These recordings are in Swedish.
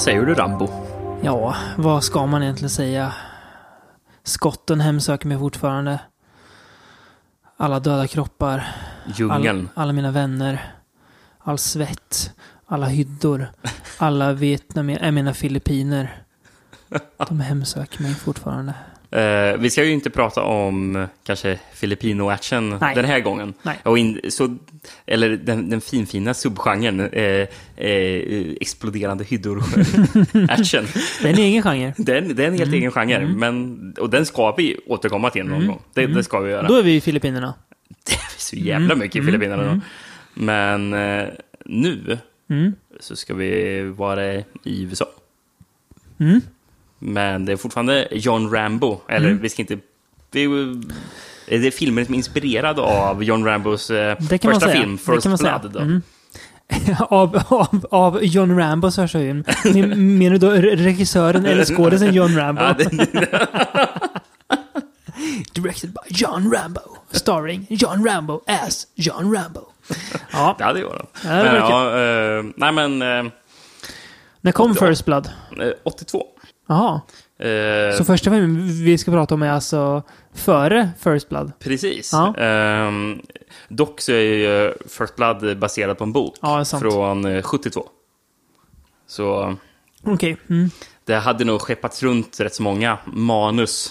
säger du, Rambo? Ja, vad ska man egentligen säga? Skotten hemsöker mig fortfarande. Alla döda kroppar. Djungeln. Alla mina vänner. All svett. Alla hyddor. Alla mina Filippiner. De hemsöker mig fortfarande. Vi ska ju inte prata om kanske Filipino-action den här gången. Nej. Och eller den finfina subgenren exploderande hyddor-action. Det är en egen genre. Det är en helt egen genre. Och den ska vi återkomma till någon gång. Det ska vi göra. Då är vi i Filippinerna. Det är så jävla mycket i Filippinerna då. Men nu så ska vi vara i USA. Men det är fortfarande John Rambo. Eller vi ska inte... Det är filmen som är inspirerad av John Rambos första film, First Blood. Då. Av John Rambos första film. Menar du då regissören eller skådespelaren John Rambo? Directed by John Rambo. Starring John Rambo as John Rambo. Ja, det gjorde han. När kom First Blood? 82. Jaha. Så första filmen vi ska prata om är alltså före First Blood? Precis. Ja. Dock så är ju First Blood baserad på en bok från 72. Så okej. det hade nog skeppats runt rätt så många manus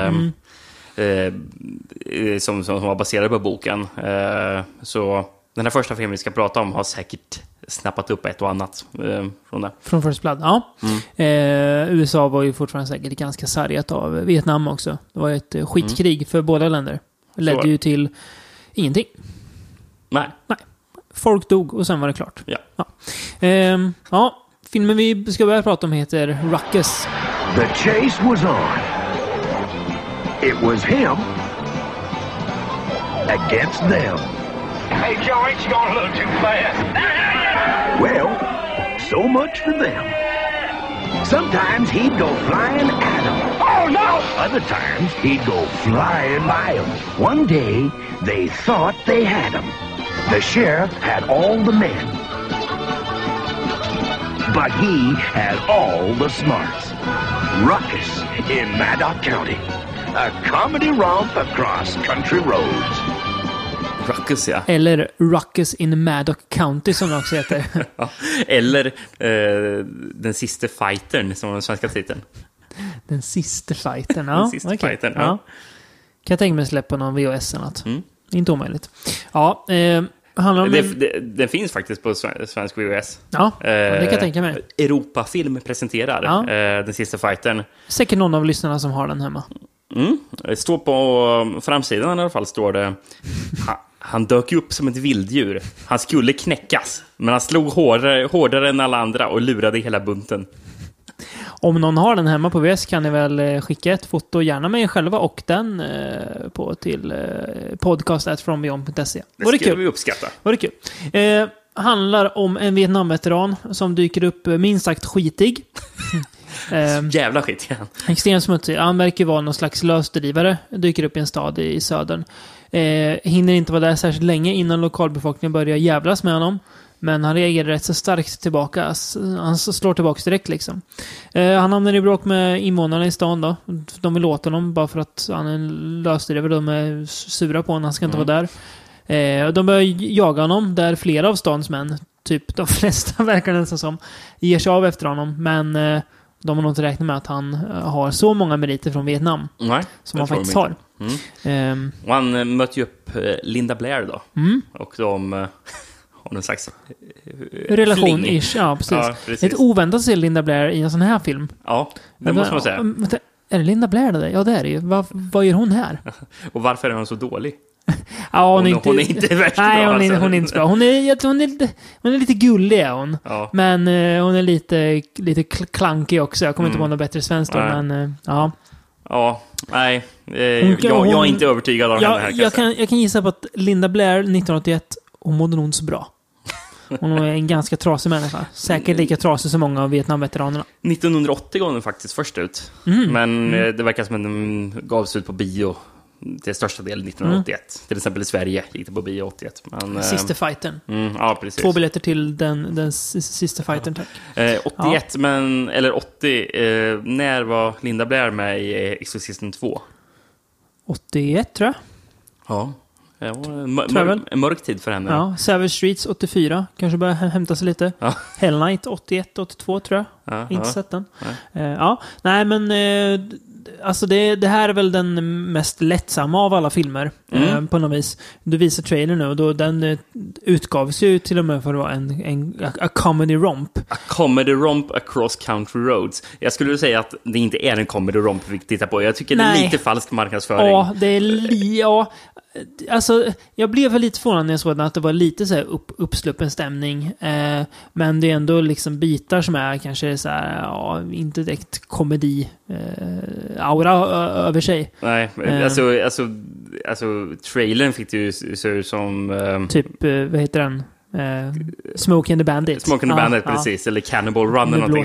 som var baserade på boken. Så den här första filmen vi ska prata om har säkert snappat upp ett och annat från det. Från First Blood, ja. USA var ju fortfarande säkert ganska sargat av Vietnam också. Det var ju ett skitkrig för båda länder. Det ledde ju till ingenting. Nej. Folk dog och sen var det klart. Ja. Filmen vi ska börja prata om heter Ruckus. The chase was on. It was him against them. Hey, Joe, ain't you gonna look too fast? Well, so much for them. Sometimes he'd go flying at them. Oh, no! Other times he'd go flying by them. One day, they thought they had him. The sheriff had all the men. But he had all the smarts. Ruckus in Maddox County. A comedy romp across country roads. Ruckus, ja. Eller Ruckus in Maddox County som det också heter. Eller Den sista fightern som var den svenska titeln. Den sista fightern, ja. Den sista fightern, ja. Kan jag tänka mig släppa någon VHS eller något. Inte omöjligt. Ja, handlar om det finns faktiskt på svensk VHS. Ja, det kan jag tänka mig. Europafilm presenterar Den sista fightern. Säkert någon av lyssnarna som har den hemma. Det står på framsidan i alla fall står det han dök upp som ett vilddjur. Han skulle knäckas, men han slog hårdare än alla andra och lurade hela bunten. Om någon har den hemma på VS kan ni väl skicka ett foto, gärna med er själva och den till podcast@frombeyond.se. Det skulle vi uppskatta. Var det kul? Handlar om en Vietnamveteran som dyker upp minst sagt skitig. Jävla skit, ja. Extremt smutsig. Han verkar vara någon slags lösdrivare. Dyker upp i en stad i södern. Hinner inte vara där särskilt länge innan lokalbefolkningen börjar jävlas med honom. Men han reagerar rätt så starkt tillbaka. Han slår tillbaka direkt liksom. Han hamnar i bråk med invånarna i stan då. De vill åt honom bara för att han är en lösdrivare. De är sura på honom. Han ska inte vara där. De börjar jaga honom. Där flera av stans män, typ de flesta verkar nästan som, ger sig av efter honom. Men de har nog inte räknat med att han har så många meriter från Vietnam. Nej, som han faktiskt har. Och han möter ju upp Linda Blair då. Och de har någon slags relation-ish. Ja, precis. Ja, precis. Ett oväntat att se Linda Blair i en sån här film. Ja, det måste man säga. Är det Linda Blair det? Ja, det är det ju. Vad gör hon här? Och varför är hon så dålig? Ja, hon är inte värst bra. Nej, hon är inte bra. Hon är lite gullig är hon. Ja. Men hon är lite klankig också. Jag kommer inte på något bättre svenskt då, men ja. Ja, nej. Jag är inte övertygad av henne här. Jag kan gissa på att Linda Blair 1981, hon mådde nog inte så bra. Hon är en ganska trasig människa. Säkert lika trasig som många av Vietnamveteranerna. 1980 gav den faktiskt först ut. Men det verkar som att den gavs ut på bio till största del 1981. Till exempel i Sverige gick det på bio 81. Men, Sista fighten. Ja, precis. 2 biljetter till den sista fighten, tack. 81, eller 80. När var Linda Blair med i Exorcisten 2? 81, tror jag. Ja. Det var en mörk tid för henne. Ja, Savage Streets 84. Kanske börja hämta sig lite. Ja. Hell Night 81, 82 tror jag. Ja, Inte sett den. Nej, men alltså det här är väl den mest lättsamma av alla filmer på något vis. Du visar trailern nu och då den utgavs ju till och med för att vara a comedy romp. A comedy romp across country roads. Jag skulle säga att det inte är en comedy romp vi tittar på. Jag tycker det är lite falsk marknadsföring. Ja, det är alltså, jag blev väl lite förvånad när jag såg att det var lite så här uppsluppen stämning. Men det är ändå liksom bitar som är kanske så här, inte direkt komedi aura över sig. Nej, alltså trailern fick det ju se ut som... typ, vad heter den? Smokey and the Bandit. Smokey and the Bandit, precis. Eller Cannibal Run eller någonting.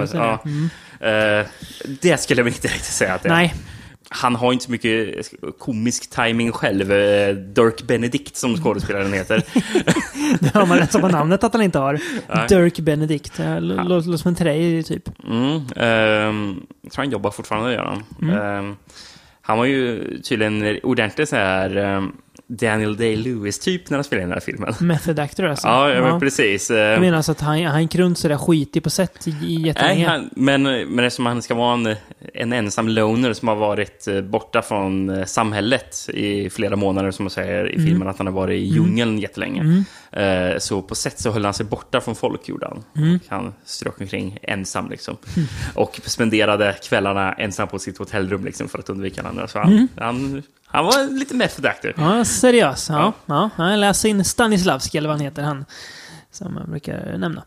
Det skulle jag inte riktigt säga att det är. Nej. Han har inte så mycket komisk timing själv. Dirk Benedict som skådespelaren heter. Det har man rätt som på namnet att han inte har. Dirk Benedict. Låter som en trej typ. Jag tror han jobbar fortfarande, gör han. Han var ju tydligen ordentligt så här... Daniel Day-Lewis typ när han spelade i den här filmen. Method actor alltså. Ja, precis. Jag menar alltså att han gick runt sådär skitig på sätt jättelänge. Men eftersom han ska vara en ensam loner som har varit borta från samhället i flera månader, som man säger i filmen, att han har varit i djungeln jättelänge. Så på sätt så höll han sig borta från folk, gjorde han. Han strök omkring ensam liksom. Och spenderade kvällarna ensam på sitt hotellrum liksom, för att undvika andra. Så han var lite method actor. Ja, seriös. Ja. Han läser in Stanislavski, eller vad han heter, han som man brukar nämna.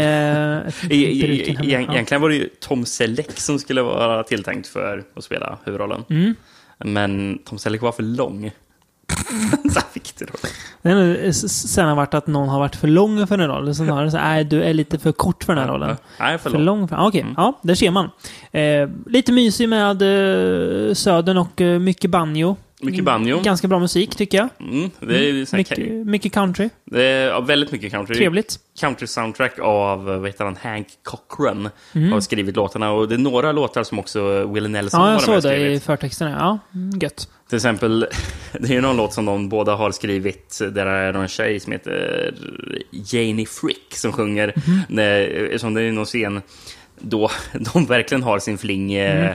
Egentligen var det ju Tom Selleck som skulle vara tilltänkt för att spela huvudrollen. Men Tom Selleck var för lång. Så fick det då. Sen har varit att någon har varit för lång för den rollen. Sen har det så här, du är lite för kort för den här rollen. Nej, för lång. Okej. Ja, där ser man. Lite mysig med södern och mycket banjo. Mycket banjo. Ganska bra musik, tycker jag. Det är mycket country. Det är väldigt mycket country. Trevligt. Country soundtrack av Hank Cochran har skrivit låtarna. Och det är några låtar som också Willie Nelson har med skrivit. Ja, jag såg det i förtexterna. Ja, gött. Till exempel, det är ju någon låt som de båda har skrivit, där det är någon tjej som heter Janie Frick som sjunger. Som det är någon scen då de verkligen har sin fling,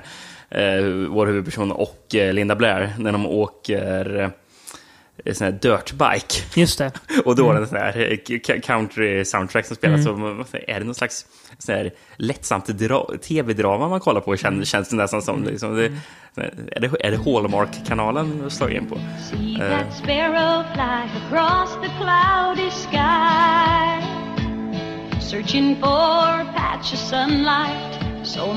vår huvudperson och Linda Blair, när de åker sån här dirtbike. Just det. Och då är det sån här country soundtrack som spelas. Så är det någon slags sån här lättsamt tv-drama man kollar på, känns det nästan som liksom. Är det Hallmark-kanalen att slå in på? See that sparrow fly across the cloudy sky, searching for a patch of sunlight, so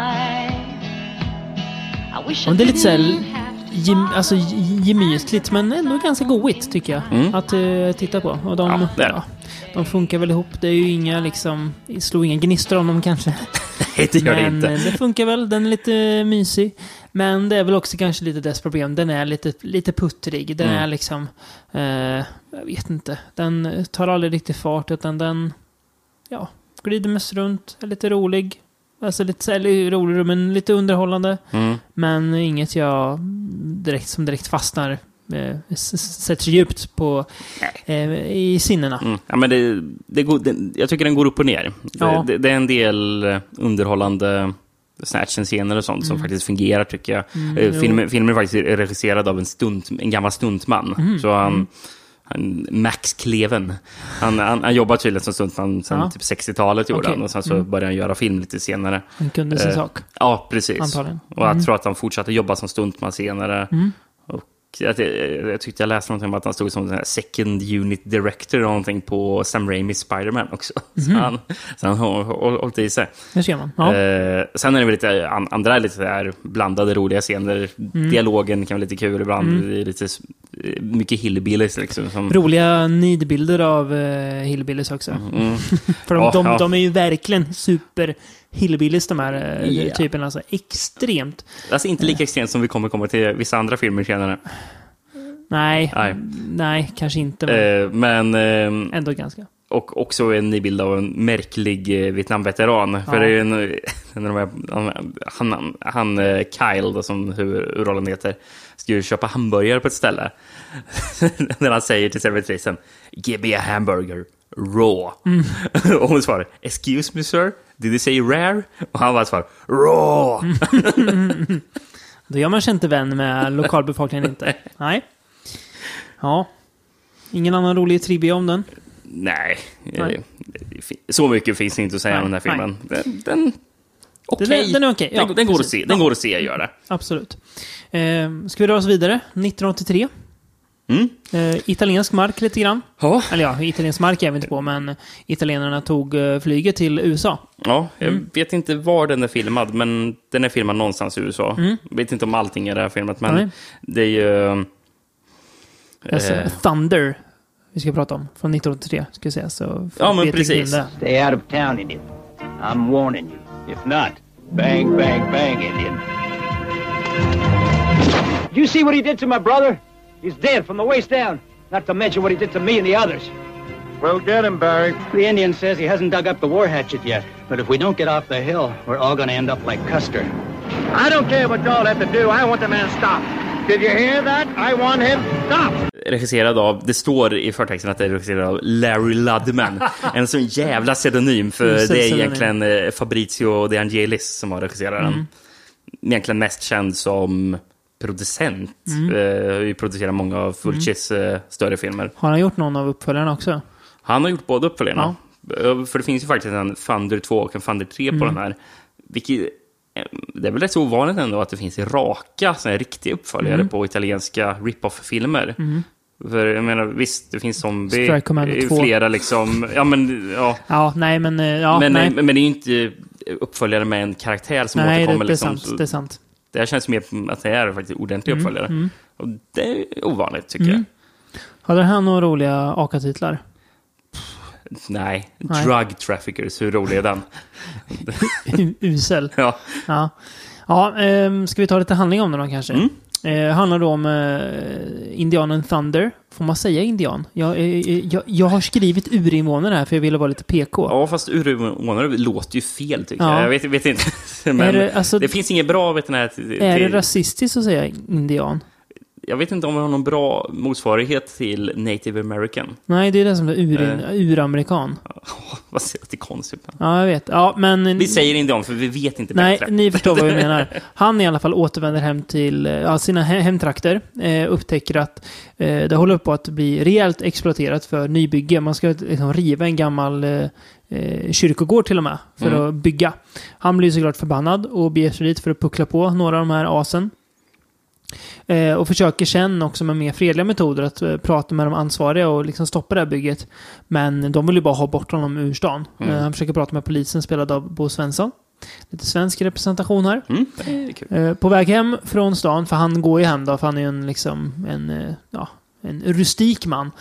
och det är lite så här gemytligt, men ändå ganska goigt, tycker jag, att titta på. Och de funkar väl ihop. Det är ju inga liksom, slår inga gnistor om dem kanske. Nej, det gör det inte. Det funkar väl, den är lite mysig. Men det är väl också kanske lite dess problem. Den är lite puttrig. Den är liksom, jag vet inte. Den tar aldrig riktigt fart, utan den glider mest runt, är lite rolig. Alltså lite rolig, men lite underhållande. Men inget jag direkt fastnar, sätter sig djupt på i sinnena. Ja, men jag tycker den går upp och ner. Det är en del underhållande actionscener och sånt som faktiskt fungerar, tycker jag. Filmen är faktiskt regisserad av en gammal stuntman. Så han Max Kleven. Han jobbar tydligen som stuntman sedan typ 60-talet gjorde han, och sen så började han göra film lite senare. Han kunde sin sak. Ja, precis. Antagligen. Och jag tror att han fortsatte jobba som stuntman senare. Och jag tyckte jag läste någonting om att han stod som en second unit director eller någonting på Sam Raimis Spider-Man också. Så han har hållit i sig. Det ser man. Sen är det väl lite andra lite där blandade roliga scener. Dialogen kan vara lite kul ibland. Lite mycket hillbillies liksom. Som... Roliga nidbilder av hillbillies också. För de är ju verkligen super hillbillies, de här typerna. Alltså, extremt. Alltså inte lika extremt som vi kommer till vissa andra filmer senare. Nej, kanske inte. Men ändå ganska. Och också en bild av en märklig Vietnamveteran. För det är ju han Kyle då, som huvudrollen heter, ska ju köpa hamburgare på ett ställe. När han säger till servitrisen, give me a hamburger raw. Och hon svarar, excuse me sir, did you say rare? Och han bara svarar, raw. Då gör man sig inte vän med lokalbefolkningen inte. Nej. Ja. Ingen annan rolig trivia om den? Nej. Så mycket finns det inte att säga om den här filmen. Den okej. Den är okej. Ja, den går att se. Den går att se, gör det. Absolut. Ska vi dra oss vidare? 1983. Italiensk mark lite grann. Ja. Eller ja, italiensk mark är vi inte på, men italienarna tog flyget till USA. Ja, jag vet inte var den är filmad, men den är filmad någonstans i USA. Jag vet inte om allting är där filmat, men det är ju... Thunder vi ska prata om från 1983 ska jag säga, så ja, men precis. Stay out of town, Indian. I'm warning you. If not, bang, bang, bang, Indian. You see what he did to my brother? He's dead from the waist down. Not to mention what he did to me and the others. Well, get him, Barry. The Indian says he hasn't dug up the war hatchet yet. But if we don't get off the hill, we're all going to end up like Custer. I don't care what y'all have to do. I want the man stopped. Did you hear that? I want him stopped. Regisserad av, det står i förtexten att det är regisserad av Larry Ludman. En sån jävla pseudonym, för det är egentligen Fabrizio De Angelis som har regisserat den. Egentligen mest känd som producent. Vi producerar många av Fulcis större filmer. Har han gjort någon av uppföljarna också? Han har gjort både uppföljarna. Ja. För det finns ju faktiskt en Thunder 2 och en Thunder 3 på den här. Vilket, det är väl rätt så ovanligt ändå att det finns raka, såna här riktiga uppföljare på italienska rip-off-filmer. För jag menar, visst, det finns zombie i flera liksom... Ja, men... Ja, nej, men... men det är ju inte uppföljare med en karaktär som återkommer. Det är sant, det är sant. Det här känns mer att det är faktiskt ordentliga uppföljare. Och det är ovanligt, tycker jag. Hade han några roliga AKA-titlar? Nej. Drug Traffickers, hur rolig är den? Usel. Ja. Ska vi ta lite handling om den då kanske? Handlar då om indianen Thunder. Får man säga indian? Jag har skrivit urinvånare här för jag ville vara lite PK. Ja, fast urinvånare låter ju fel, tycker jag. Jag vet inte. Men det finns inget bra, vet ni. Är det rasistiskt att säga indian? Jag vet inte om vi har någon bra motsvarighet till Native American. Nej, det är det som är uramerikan. Vad säger det konstigt? Ja, jag vet. Ja, men vi säger indian för vi vet inte bättre. Nej, ni förstår vad vi menar. Han i alla fall återvänder hem till sina hemtrakter. Upptäcker att det håller på att bli rejält exploaterat för nybygge. Man ska liksom riva en gammal kyrkogård till och med för att bygga. Han blir såklart förbannad och beger sig dit för att puckla på några av de här asen. Och försöker sen också med mer fredliga metoder att prata med de ansvariga och liksom stoppa det här bygget. Men de vill ju bara ha bort honom ur stan. Han försöker prata med polisen, spelad av Bo Svensson. Lite svensk representation här. Det är kul. På väg hem från stan, för han går ju hem då, för han är ju en rustik man,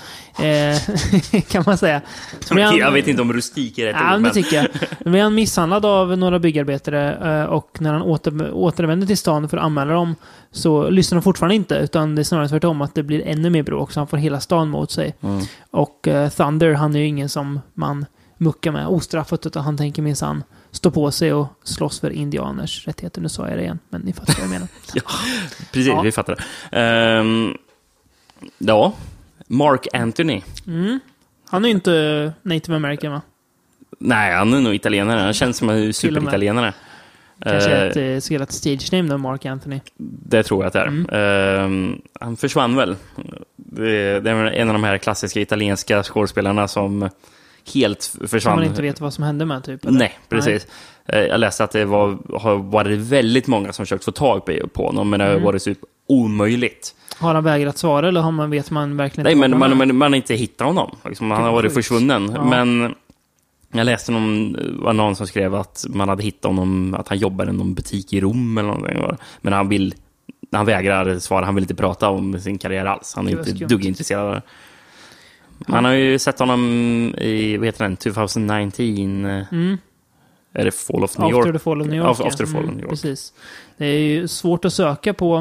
kan man säga. Jag vet inte om rustik är rätt ord, men det tycker jag. Då blir han misshandlad av några byggarbetare och när han återvänder till stan för att anmäla dem så lyssnar de fortfarande inte, utan det är snarare tvärtom att det blir ännu mer bråk, så han får hela stan mot sig. Och Thunder, han är ju ingen som man muckar med ostraffat, utan han tänker minsann stå på sig och slåss för indianers rättigheter. Nu sa jag det igen, men ni fattar vad jag menar. Precis, vi fattar det. Ja, Mark Anthony. Han är ju inte Native American, va? Nej, han är nog italienare. Han känns som en superitalienare. Kanske ett så kallat stage name då, Mark Anthony. Det tror jag att det är. Han försvann väl. Det är en av de här klassiska italienska skådespelarna som helt försvann. Man inte vet vad som hände med typ. Eller? Nej, precis. Jag läste att det har varit väldigt många som försökt få tag på honom, men det har varit typ omöjligt. Har han vägrat svara, eller vet man verkligen inte? Nej, men man har inte hittat honom. Liksom, han har varit försvunnen. Ja. Men jag läste någon som skrev att man hade hittat honom, att han jobbar i någon butik i Rom eller någonting. Men han vill Han vägrar svara, han vill inte prata om sin karriär alls. Han är inte dugg intresserad av det. Man har ju sett honom i, vad heter den, 2019... Är det Fall of New York? After the Fall of New York. After the Fall of New York. Precis. Det är ju svårt att söka på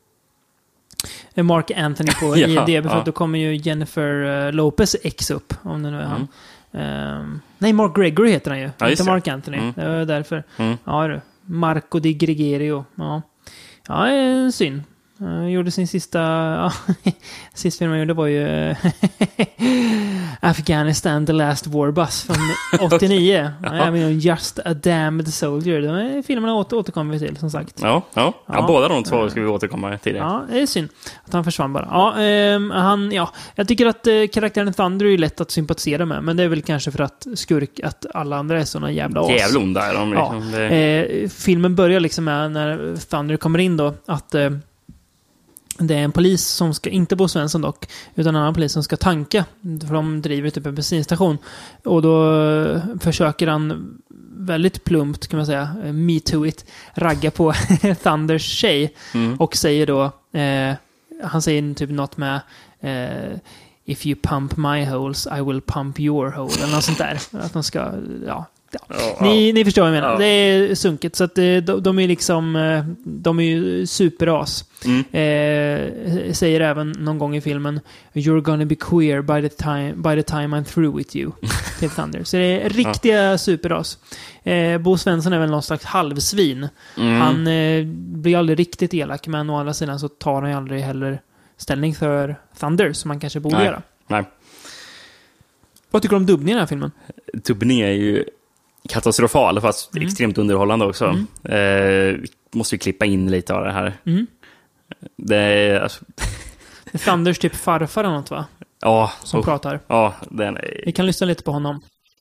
Mark Anthony på IMDb för att då kommer ju Jennifer Lopez ex upp, om det nu är han. Nej, Mark Gregory heter han ju. Inte Mark Anthony. Det är därför. Ja, du. Marco Di Gregorio. Ja, synd. Gjorde sin sista sista film han gjorde var ju Afghanistan The Last War Bus från 89. I mean, Just a Damned Soldier. De här filmerna återkommer vi till, som sagt. Ja, båda de två ska vi återkomma till det. Ja, det är synd att han försvann bara. Jag tycker att karaktären Thunder är ju lätt att sympatisera med, men det är väl kanske för att att alla andra är såna jävla as. Jävlonda är de liksom. Filmen börjar liksom med när Thunder kommer in då, att det är en polis som ska, inte Bo Svensson dock, utan en annan polis som ska tanka, för de driver typ en bensinstation, och då försöker han väldigt plumpt, kan man säga, me to it, ragga på Thunders tjej och säger då han säger typ något med if you pump my holes I will pump your hole, eller något sånt där, att de ska, Ni förstår vad jag menar. Det är sunkigt, så att de är liksom, de är ju superas. Säger även någon gång i filmen, you're gonna be queer by the time I'm through with you, till Thunder. Så det är riktiga superas. Bo Svensson är väl någon slags halvsvin. Han blir aldrig riktigt elak, men å andra sidan så tar han ju aldrig heller ställning för Thunder, som man kanske borde göra. Nej. Vad tycker du om dubbningen i den här filmen? Dubbningen är ju katastrofal, fast extremt underhållande också. Måste ju klippa in lite av det här. Det är alltså... Thunders typ farfar eller något, va? Ja. Som pratar. Ja, den är... Vi kan lyssna lite på honom.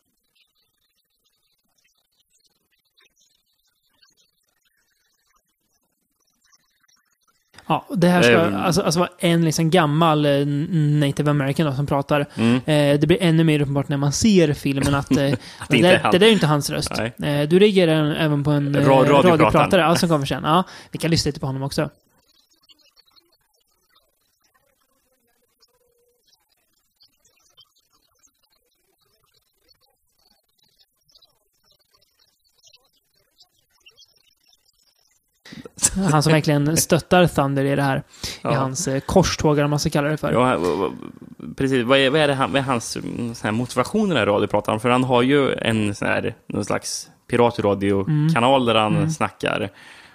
Ja, det här ska alltså vara en liksom gammal Native American då, som pratar. Det blir ännu mer uppenbart när man ser filmen att det där är inte hans röst. Du reagerar även på en radiopratare som kommer sen. Ja, vi kan lyssna lite på honom också. Han som verkligen stöttar Thunder i det här. I hans korstågare, man ska kalla det för. Ja, precis. Vad är hans sån här motivation i den här radioprataren? För han har ju en sån här, någon slags piratradiokanal där han snackar.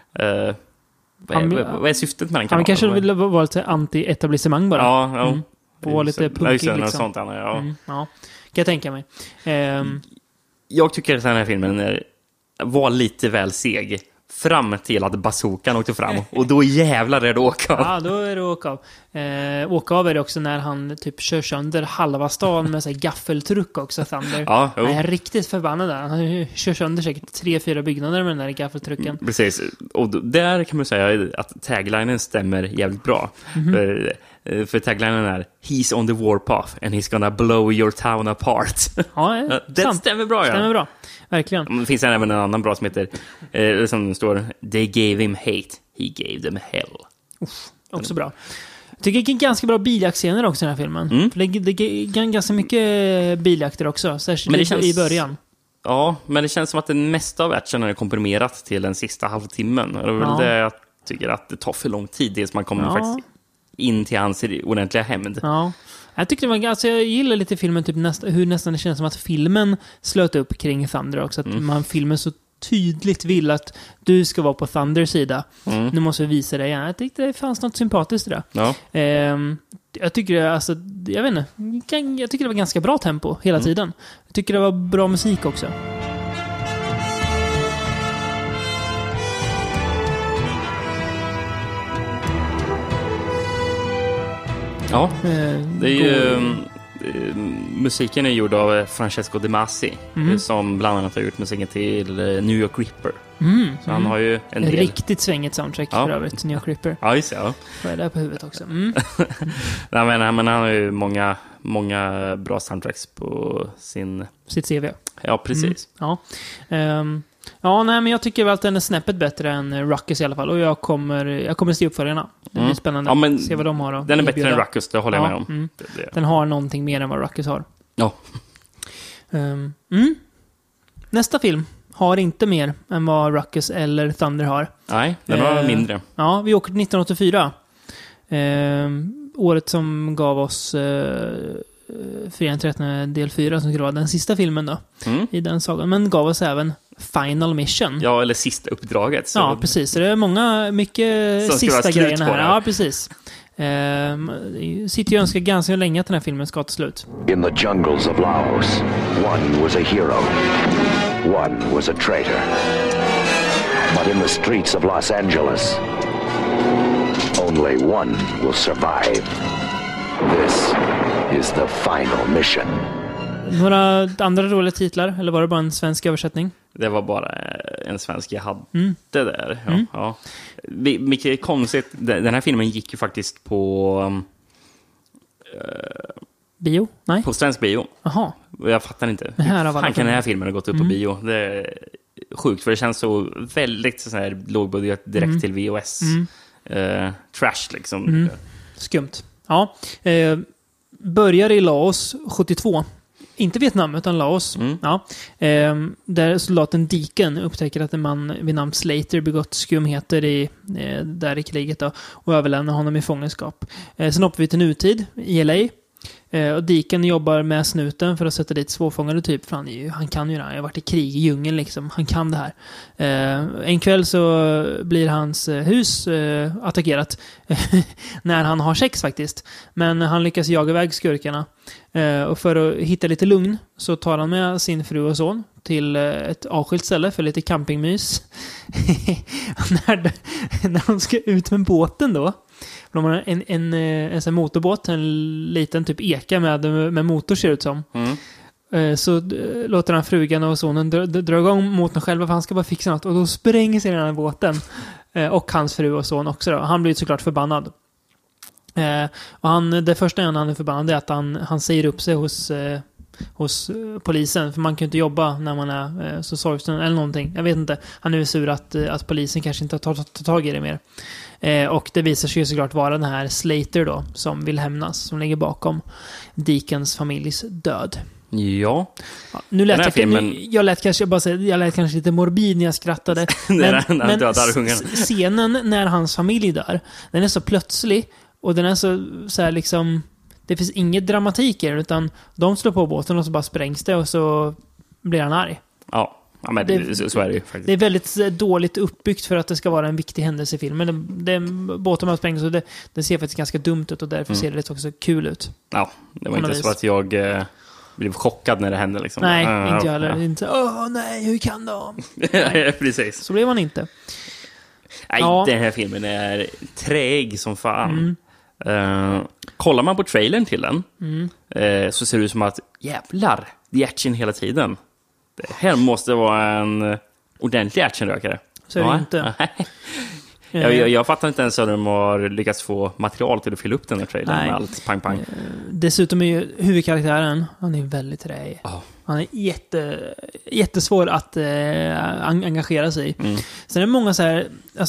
Vad är syftet med den kanalen? Han kanske vill vara lite anti-etablissemang bara. Ja. Och lite punkig liksom. Sånt, ja. Kan jag tänka mig. Jag tycker att den här filmen var lite väl seg. Fram till att bazookan åkte fram. Och då jävlar är det åka av. Ja, då är det åka av. Åka av är det också när han typ kör sönder halva stan med så här gaffeltruck också, Thunder. Ja, han är riktigt förbannad där. Han kör sönder säkert 3-4 byggnader med den där gaffeltrucken. Precis. Och där kan man säga att taglinen stämmer jävligt bra. För taglinen är He's on the warpath and he's gonna blow your town apart. Ja, det stämmer bra. Stämmer bra. Verkligen. Det finns även en annan bra som heter som står They gave him hate, he gave them hell. Också bra. Jag tycker det är ganska bra biljaktscener också i den här filmen. För det är ganska mycket biljakter också, särskilt i början. Ja, men det känns som att det mesta av actionen är komprimerat till den sista halvtimmen. Det är väl det jag tycker att det tar för lång tid tills man kommer faktiskt in till hans ordentliga hämnd. Ja. Jag tyckte det var, alltså jag gillar lite filmen typ hur nästan det känns som att filmen slöt upp kring Thunder också, att filmen så tydligt vill att du ska vara på Thunders sida. Nu måste vi visa det igen. Jag tyckte det fanns något sympatiskt i det. Ja. Jag tycker alltså, jag vet inte, jag tycker det var ganska bra tempo hela tiden. Jag tycker det var bra musik också. Ja, det är ju... musiken är gjord av Francesco De Masi, som bland annat har gjort musiken till New York Ripper. Så han har ju en del... Riktigt svängigt soundtrack för övrigt, New York Ripper. Ja, just det. Ja. Vad är det på huvudet också? Nej, men han har ju många bra soundtracks på sitt CV. Ja, precis. Ja. Ja, nej, men jag tycker väl att den är snäppet bättre än Ruckus i alla fall. Och jag kommer se uppföljarna. Det blir spännande att se vad de har. Den är bättre än Ruckus, det håller jag med om. Mm. Den har någonting mer än vad Ruckus har. Ja. Nästa film har inte mer än vad Ruckus eller Thunder har. Nej, den har mindre. Ja, vi åker till 1984. Året som gav oss Fredagen 13 del 4 som skulle vara den sista filmen då i den sagan. Men gav oss även Final Mission. Ja, eller sista uppdraget. Så ja, precis. Så det är mycket sista grejerna här. Ja, precis. Sitter ju och önskar ganska länge att den här filmen ska ta slut. In the jungles of Laos, one was a hero, one was a traitor. But in the streets of Los Angeles, only one will survive. This is the final mission. Några andra roliga titlar? Eller var det bara en svensk översättning? Det var bara en svensk jag hade där. Ja. Mycket konstigt. Den här filmen gick ju faktiskt på... bio? Nej. På svensk bio. Jaha. Jag fattar inte. Han kan den här filmen ha gått upp på bio. Det är sjukt, för det känns så väldigt så här lågbudget direkt till VOS. Trash liksom. Skumt. Ja. Börjar i Laos 72. Inte Vietnam, utan Laos. Ja. Där soldaten Deacon upptäcker att en man vid namn Slater begått skumheter där i kriget då, och överlämnar honom i fångenskap. Sen hoppar vi till nutid i LA. Och Deacon jobbar med snuten för att sätta dit svårfångade typ. För han kan ju det här. Han har varit i krig i djungeln liksom. Han kan det här. En kväll så blir hans hus attackerat. När han har sex faktiskt. Men han lyckas jaga iväg skurkarna. Och för att hitta lite lugn så tar han med sin fru och son till ett avskilt ställe för lite campingmys. när de ska ut med båten då. De har en sån motorbåt, en liten typ eka med motor ser ut som. Så låter han frugan och sonen dra igång motorn själva, för han ska bara fixa något. Och då spränger sig den här båten. Och hans fru och son också då. Han blir såklart förbannad. Och det första han är förbannad är att han säger upp sig hos polisen, för man kan ju inte jobba när man är så sorgsen eller någonting. Jag vet inte. Han är sur att polisen kanske inte tar tag i det mer. Och det visar sig ju såklart vara den här Slater då, som vill hämnas, som ligger bakom Deacons familjs död. Ja. Nu lät jag lät kanske lite morbid när jag skrattade. men scenen när hans familj dör, den är så plötslig och den är så här liksom, det finns inget dramatik i den, utan de slår på båten och så bara sprängs det och så blir han arg. Ja, men så är det ju faktiskt. Det är väldigt dåligt uppbyggt för att det ska vara en viktig händelse i filmen. Båten har sprängs och det ser faktiskt ganska dumt ut, och därför ser det också kul ut. Ja, det var inte så att jag blev chockad när det hände liksom. Nej, inte jag heller. Inte nej, hur kan de? Precis. Så blev man inte. Nej, den här filmen är träg som fan. Kollar man på trailern till den så ser det ut som att jävlar, det är action hela tiden. Det här måste vara en ordentlig actionrökare. Så är det inte. Jag fattar inte ens hur de har lyckats få material till att fylla upp den här trailern med allt pang-pang. Dessutom är ju huvudkaraktären, han är väldigt räig. Han är jättesvår att engagera sig i. Sen är det många så här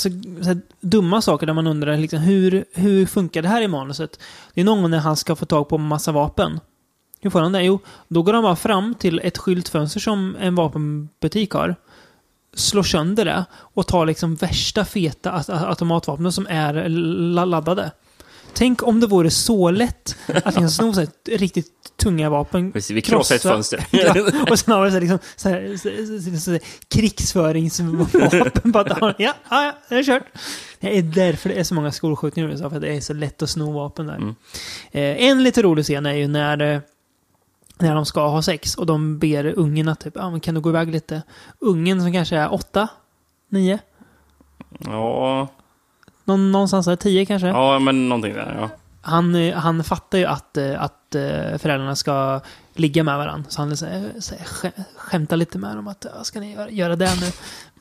dumma saker där man undrar liksom, hur funkar det här i manuset? Det är någon när han ska få tag på en massa vapen. Hur får han det? Jo, då går han bara fram till ett skyltfönster som en vapenbutik har, slår sönder det och tar liksom värsta feta automatvapen som är laddade. Tänk om det vore så lätt att liksom sno sig riktigt tunga vapen. Vi krossar ett fönster. Och sen har vi så krigsföringsvapen. Ja, det är kört. Det är därför det är så många skolskjutningar i USA, för att det är så lätt att sno vapen där. En lite rolig scen är ju när de ska ha sex och de ber ungen att typ, men kan du gå iväg lite? Ungen som kanske är 8, 9? Ja. Någonstans där 10 kanske? Ja, men någonting där, ja. Han fattar ju att föräldrarna ska ligga med varandra. Så han skämtar lite med dem att ska ni göra det nu?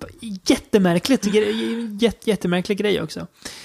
Jättemärklig grej också.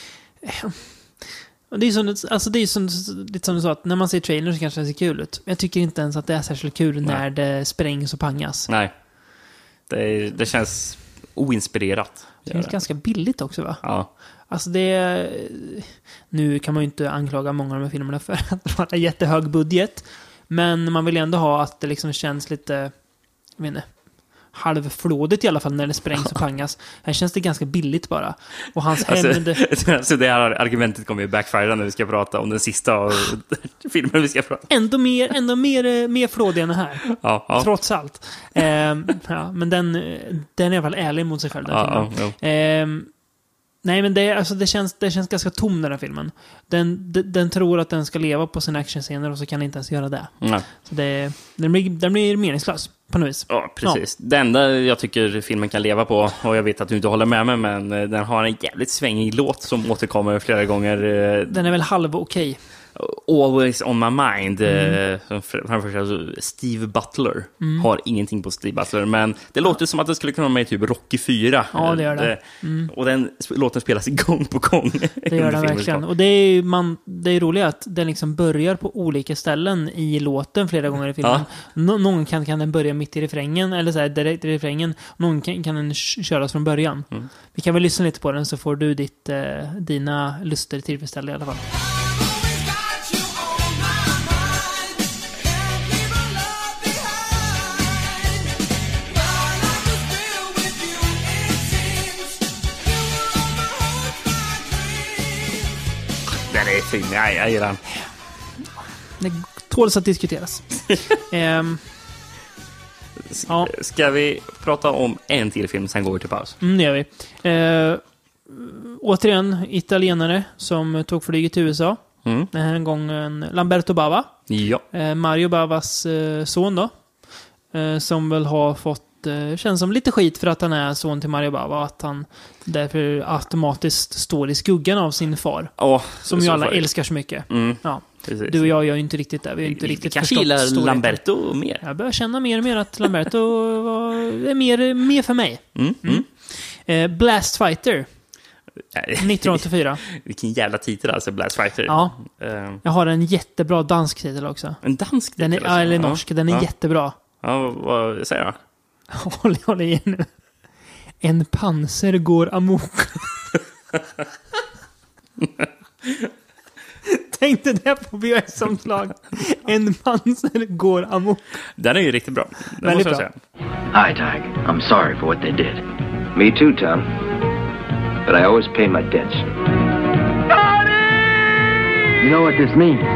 Det är som du sa, att när man ser trailers så kanske det ser kul ut. Jag tycker inte ens att det är särskilt kul när det sprängs och pangas. Nej. Det känns oinspirerat. Det känns ganska billigt också, va? Ja. Alltså nu kan man ju inte anklaga många av de här filmerna för att vara jättehög budget. Men man vill ändå ha att det liksom känns lite, jag vet inte, halvflådigt i alla fall när det sprängs och pangas. Här känns det ganska billigt bara. Och hans hämnd... Alltså det här argumentet kommer ju backfire när vi ska prata om den sista filmen vi ska prata om. Ändå mer flådig än det här. Ja. Trots allt. Men den är i alla fall ärlig mot sig själv, den filmen. Nej, men det känns ganska tom, den här filmen. Den tror att den ska leva på sina actionscener och så kan den inte ens göra det. Nej. Så den blir meningslös på något vis. Ja, precis. Ja. Det enda jag tycker filmen kan leva på, och jag vet att du inte håller med mig, men den har en jävligt svängig låt som återkommer flera gånger. Den är väl halv okej. Always on my mind. Framförallt Steve Butler. Har ingenting på Steve Butler, men det låter som att det skulle kunna vara med i typ Rocky 4. Ja, det gör det. Och den låten spelas gång på gång. Det gör den verkligen. Och det är roligt att den liksom börjar på olika ställen i låten flera gånger i filmen. Ja. Någon kan den börja mitt i refrängen, eller så här, direkt i refrängen. Någon kan den köras från början. Vi kan väl lyssna lite på den, så får du dina luster tillfredsställda i alla fall. Det är fin. Jag gillar den. Det tåls att diskuteras. Ska vi prata om en till film, sen går vi till paus? Det gör vi. Återigen, italienare som tog flyget till USA. Den här gången Lamberto Bava. Ja. Mario Bavas son då. Som väl har fått känns som lite skit för att han är son till Mario Bava, att han därför automatiskt står i skuggan av sin far. Som ju alla älskar så mycket. Ja. Precis. Du och jag gör ju inte riktigt det. Vi har inte riktigt kanske gillar Lamberto mer. Jag börjar känna mer och mer att Lamberto är mer för mig. Blast Fighter 1984. Vilken jävla titel alltså, Blast Fighter. Ja. Jag har en jättebra dansk titel också. En dansk titel? Eller norsk. Den är jättebra. Ja, vad säger jag? Håll igen nu. En panser går amok. Tänkte det på VHS-omslag. En panser går amok. Den är ju riktigt bra. Den måste jag säga. Hi, Tiger. I'm sorry for what they did. Me too, Tom. But I always pay my debts. You know what this means?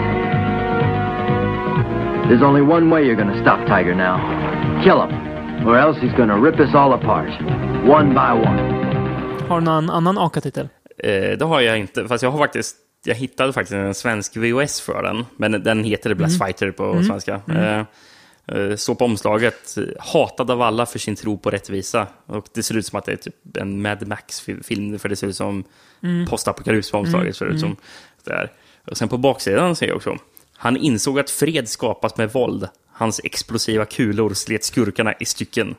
There's only one way you're gonna stop Tiger now. Kill him. Or else he's gonna rip us all apart. One by one. Har du någon annan AKA-titel? Det har jag inte. Fast jag hittade faktiskt en svensk VHS för den. Men den heter Blast Fighter på svenska. Så på omslaget, hatad av alla för sin tro på rättvisa. Och det ser ut som att det är typ en Mad Max-film. För det ser ut som postapokalyps på omslaget. Ser ut som där. Och sen på baksidan ser jag också: han insåg att fred skapas med våld. Hans explosiva kulor slet skurkarna i stycken.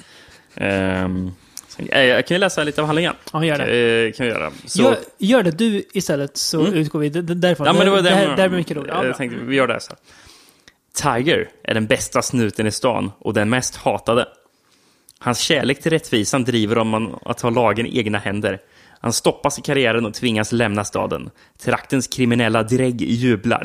Jag kan ju läsa lite av handlingen. Ja, gör det. Kan vi göra. Så... Gör det du istället, så utgår vi därifrån. Ja, men det här blir mycket roligt. Ja, jag tänkte, vi gör det så. Tiger är den bästa snuten i stan och den mest hatade. Hans kärlek till rättvisan driver om att ta lagen i egna händer. Han stoppas i karriären och tvingas lämna staden. Traktens kriminella drägg jublar.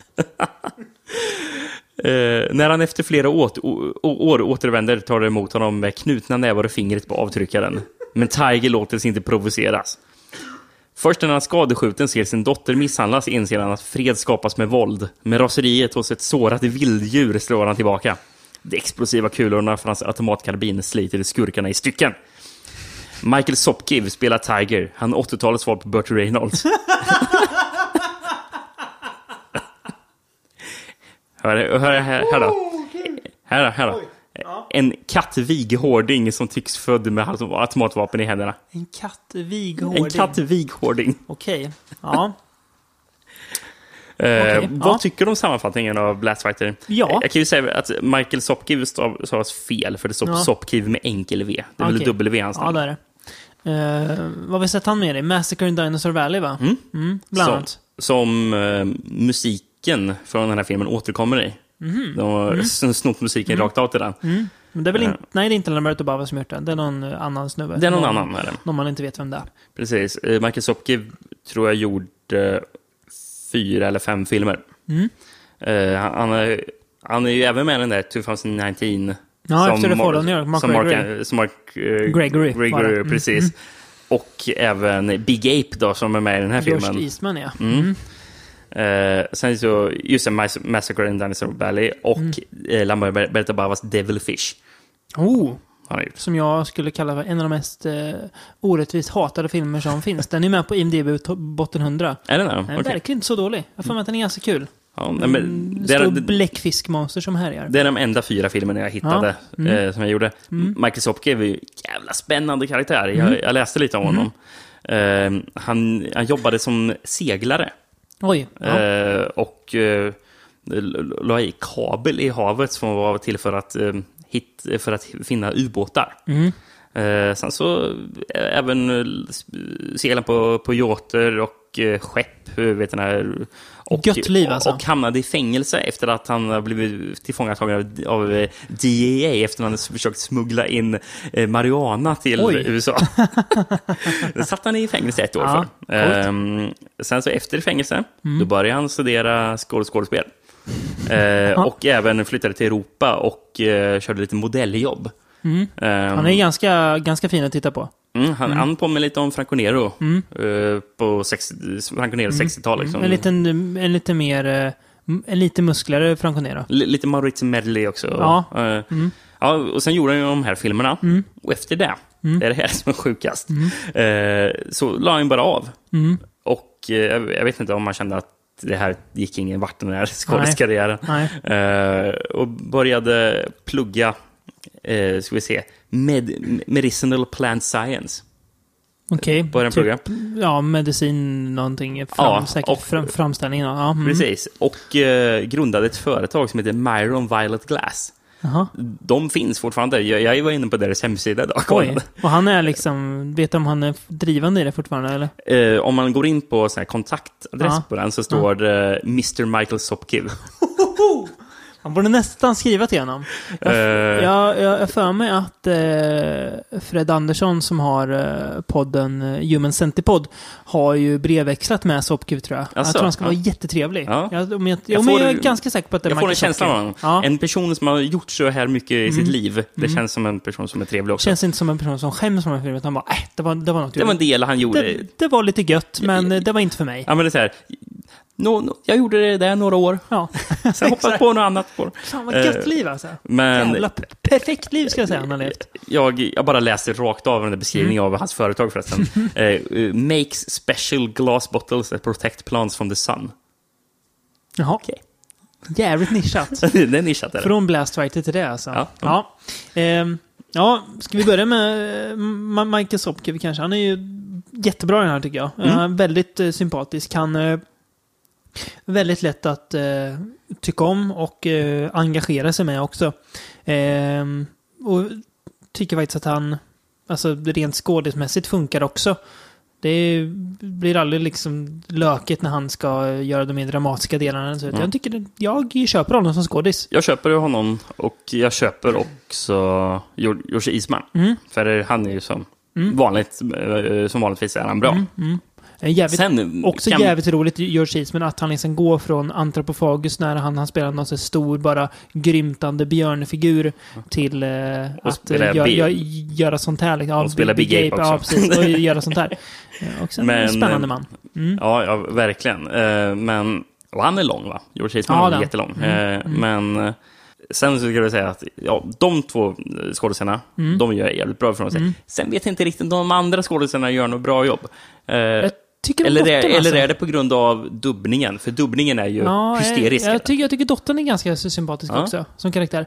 När han efter flera år återvänder tar det emot honom med knutna nävar och fingret på avtryckaren. Men Tiger låter sig inte provoceras. Först när han skadeskjuten ser sin dotter misshandlas inser han att fred skapas med våld. Med raseriet hos ett sårat vilddjur slår han tillbaka. De explosiva kulorna från hans automatkarbin sliter skurkarna i stycken. Michael Sopkiv spelar Tiger. Han är 80-talets svar på Burt Reynolds. Hör då. Här då. En kattvig-hårding som tycks född med automatvapen i händerna. En kattvig-hårding? En kattvig-hårding. Okej, ja. Vad tycker du om sammanfattningen av Blast Fighter? Ja. Jag kan ju säga att Michael Sopkiv stavas fel, för det står Sopkiv med enkel V. Det är väl W hans namn. Ja, det är det. Vad har vi sett han med i? Massacre in Dinosaur Valley, va? Bland annat. Som musiken från den här filmen återkommer i. De har snott musiken rakt av till den. Men det är väl nej, det är inte Lamberto Bava som gjort den. Det är någon annan snubbe. Det är någon annan är det. Någon man inte vet vem det är. Precis. Michael Sopke tror jag gjorde 4 eller 5 filmer. Han är ju även med i den där 2019. Ja, efter det får som Mark Gregory precis. Och även Big Ape då, som är med i den här filmen. George Eastman, ja. Sen så just Massacre in Dinosaur Valley och Lamberto Bavas Devil Fish. Som jag skulle kalla för en av de mest orättvist hatade filmer som finns. Den är med på IMDb botten 100. Är den är verkligen inte så dålig. Jag får med att den är ganska kul. Ja, men det är bläckfiskmonster som härjar. Det är de enda 4 filmerna jag hittade som jag gjorde. Michael Sopke är ju en jävla spännande karaktär. Jag läste lite om honom. Han jobbade som seglare. Oj. Och la i kabel i havet som var till för att finna ubåtar. Sen så även segla på yachter och skepp, vet den här, gött liv alltså. Och hamnade i fängelse efter att han blivit tillfångatagen av DEA efter att han hade försökt smuggla in marijuana till USA. Då satt han i fängelse 1 år för. Sen så efter fängelse då började han studera skådespel. Och även flyttade till Europa och körde lite modelljobb. Han är ganska fin att titta på. Han påminner lite om Franco Nero på Franco Nero 60-tal. Liksom. En lite muskligare Franco Nero. Lite Maurizio Merli också. Ja, och sen gjorde han ju de här filmerna. Och efter det, det är det här som är sjukast. Så la han bara av. Och jag vet inte om man kände att det här gick ingen vart den här skådeskarriären. Och började plugga ska vi se medicinal plant science. Okej. Började plugga. Ja, medicin någonting säkert framställning. Precis. Och grundade ett företag som heter Myron Violet Glass. De finns fortfarande. Jag var inne på deras hemsida idag. Och han är liksom, vet du om han är drivande i det fortfarande eller? Om man går in på sån här kontaktadress på den så står det Mr. Michael Sopke. Man borde nästan skriva till honom. Jag för mig att Fred Andersson som har podden Human Centipod har ju brevväxlat med Sopke, tror jag. Jag tror han ska vara jättetrevlig. Jag är ganska säker på att det är Michael Sopke. Jag får en känsla av honom. En person som har gjort så här mycket i sitt liv. Det känns som en person som är trevlig också. Känns inte som en person som skäms som en film. Han bara, det var något. Det var en del han gjorde. Det var lite gött, men det var inte för mig. Ja, men det är så här... jag gjorde det där några år. Sen hoppas på något annat. Fan vad gött liv alltså. Men, jävla perfekt liv ska jag säga han har levt. Jag bara läste rakt av den där beskrivningen av hans företag förresten. Makes special glass bottles that protect plants from the sun. Jaha. Okay. Jävligt nischat. Det är nischat. Är det. Från Blastfighter till det alltså. Ja, ska vi börja med Michael Sopke kanske. Han är ju jättebra den här tycker jag. Väldigt sympatisk. Han väldigt lätt att tycka om och engagera sig med också. Och tycker faktiskt att han alltså rent skådesmässigt funkar också. Det blir aldrig liksom löket när han ska göra de mer dramatiska delarna. Så jag köper honom som skådis. Jag köper honom och jag köper också George Eastman. För han är ju som vanligtvis är han bra. Jävligt roligt George Eastman att han liksom går från Anthropophagus när han spelar någon så stor bara grymtande björnfigur till att göra sånt här liksom. Och spela Big Ape också. Ja, precis, och göra sånt här. Också en spännande man. Ja, verkligen. Men och han är lång va? George Eastman är jättelång. Men sen så ska jag säga att de 2 skådespelarna de gör jävligt bra från sig. Sen vet jag inte riktigt om de andra skådespelarna gör något bra jobb. Eller är det på grund av dubbningen? För dubbningen är ju hysterisk. Jag tycker dottern är ganska sympatisk också som karaktär.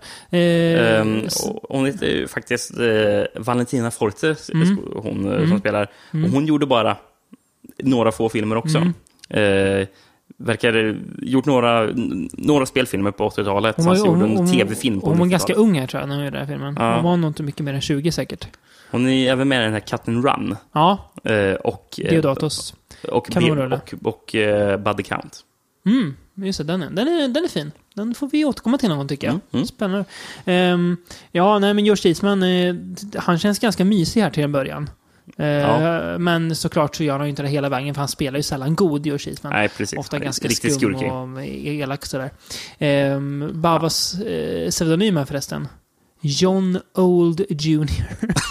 Hon heter faktiskt Valentina Forte, hon som spelar. Och hon gjorde bara några få filmer också. Verkar gjort några spelfilmer på 80-talet. Hon gjorde en tv-film på 80-talet. Hon var ganska ung här tror jag när hon gjorde den här filmen. Hon var nog inte mycket mer än 20 säkert. Hon är även med i den här Cut and Run. Och Deodatos och Body Count. Just det, den är fin. den får vi återkomma till någon gång, tycker jag. Spännande. Men George Eastman, han känns ganska mysig här till en början. Men såklart så gör han ju inte det hela vägen, för han spelar ju sällan god, George Eastman. Nej, precis. Ofta ganska riktigt skum skurkig och elak sådär. Babas pseudonym här förresten. John Old Jr.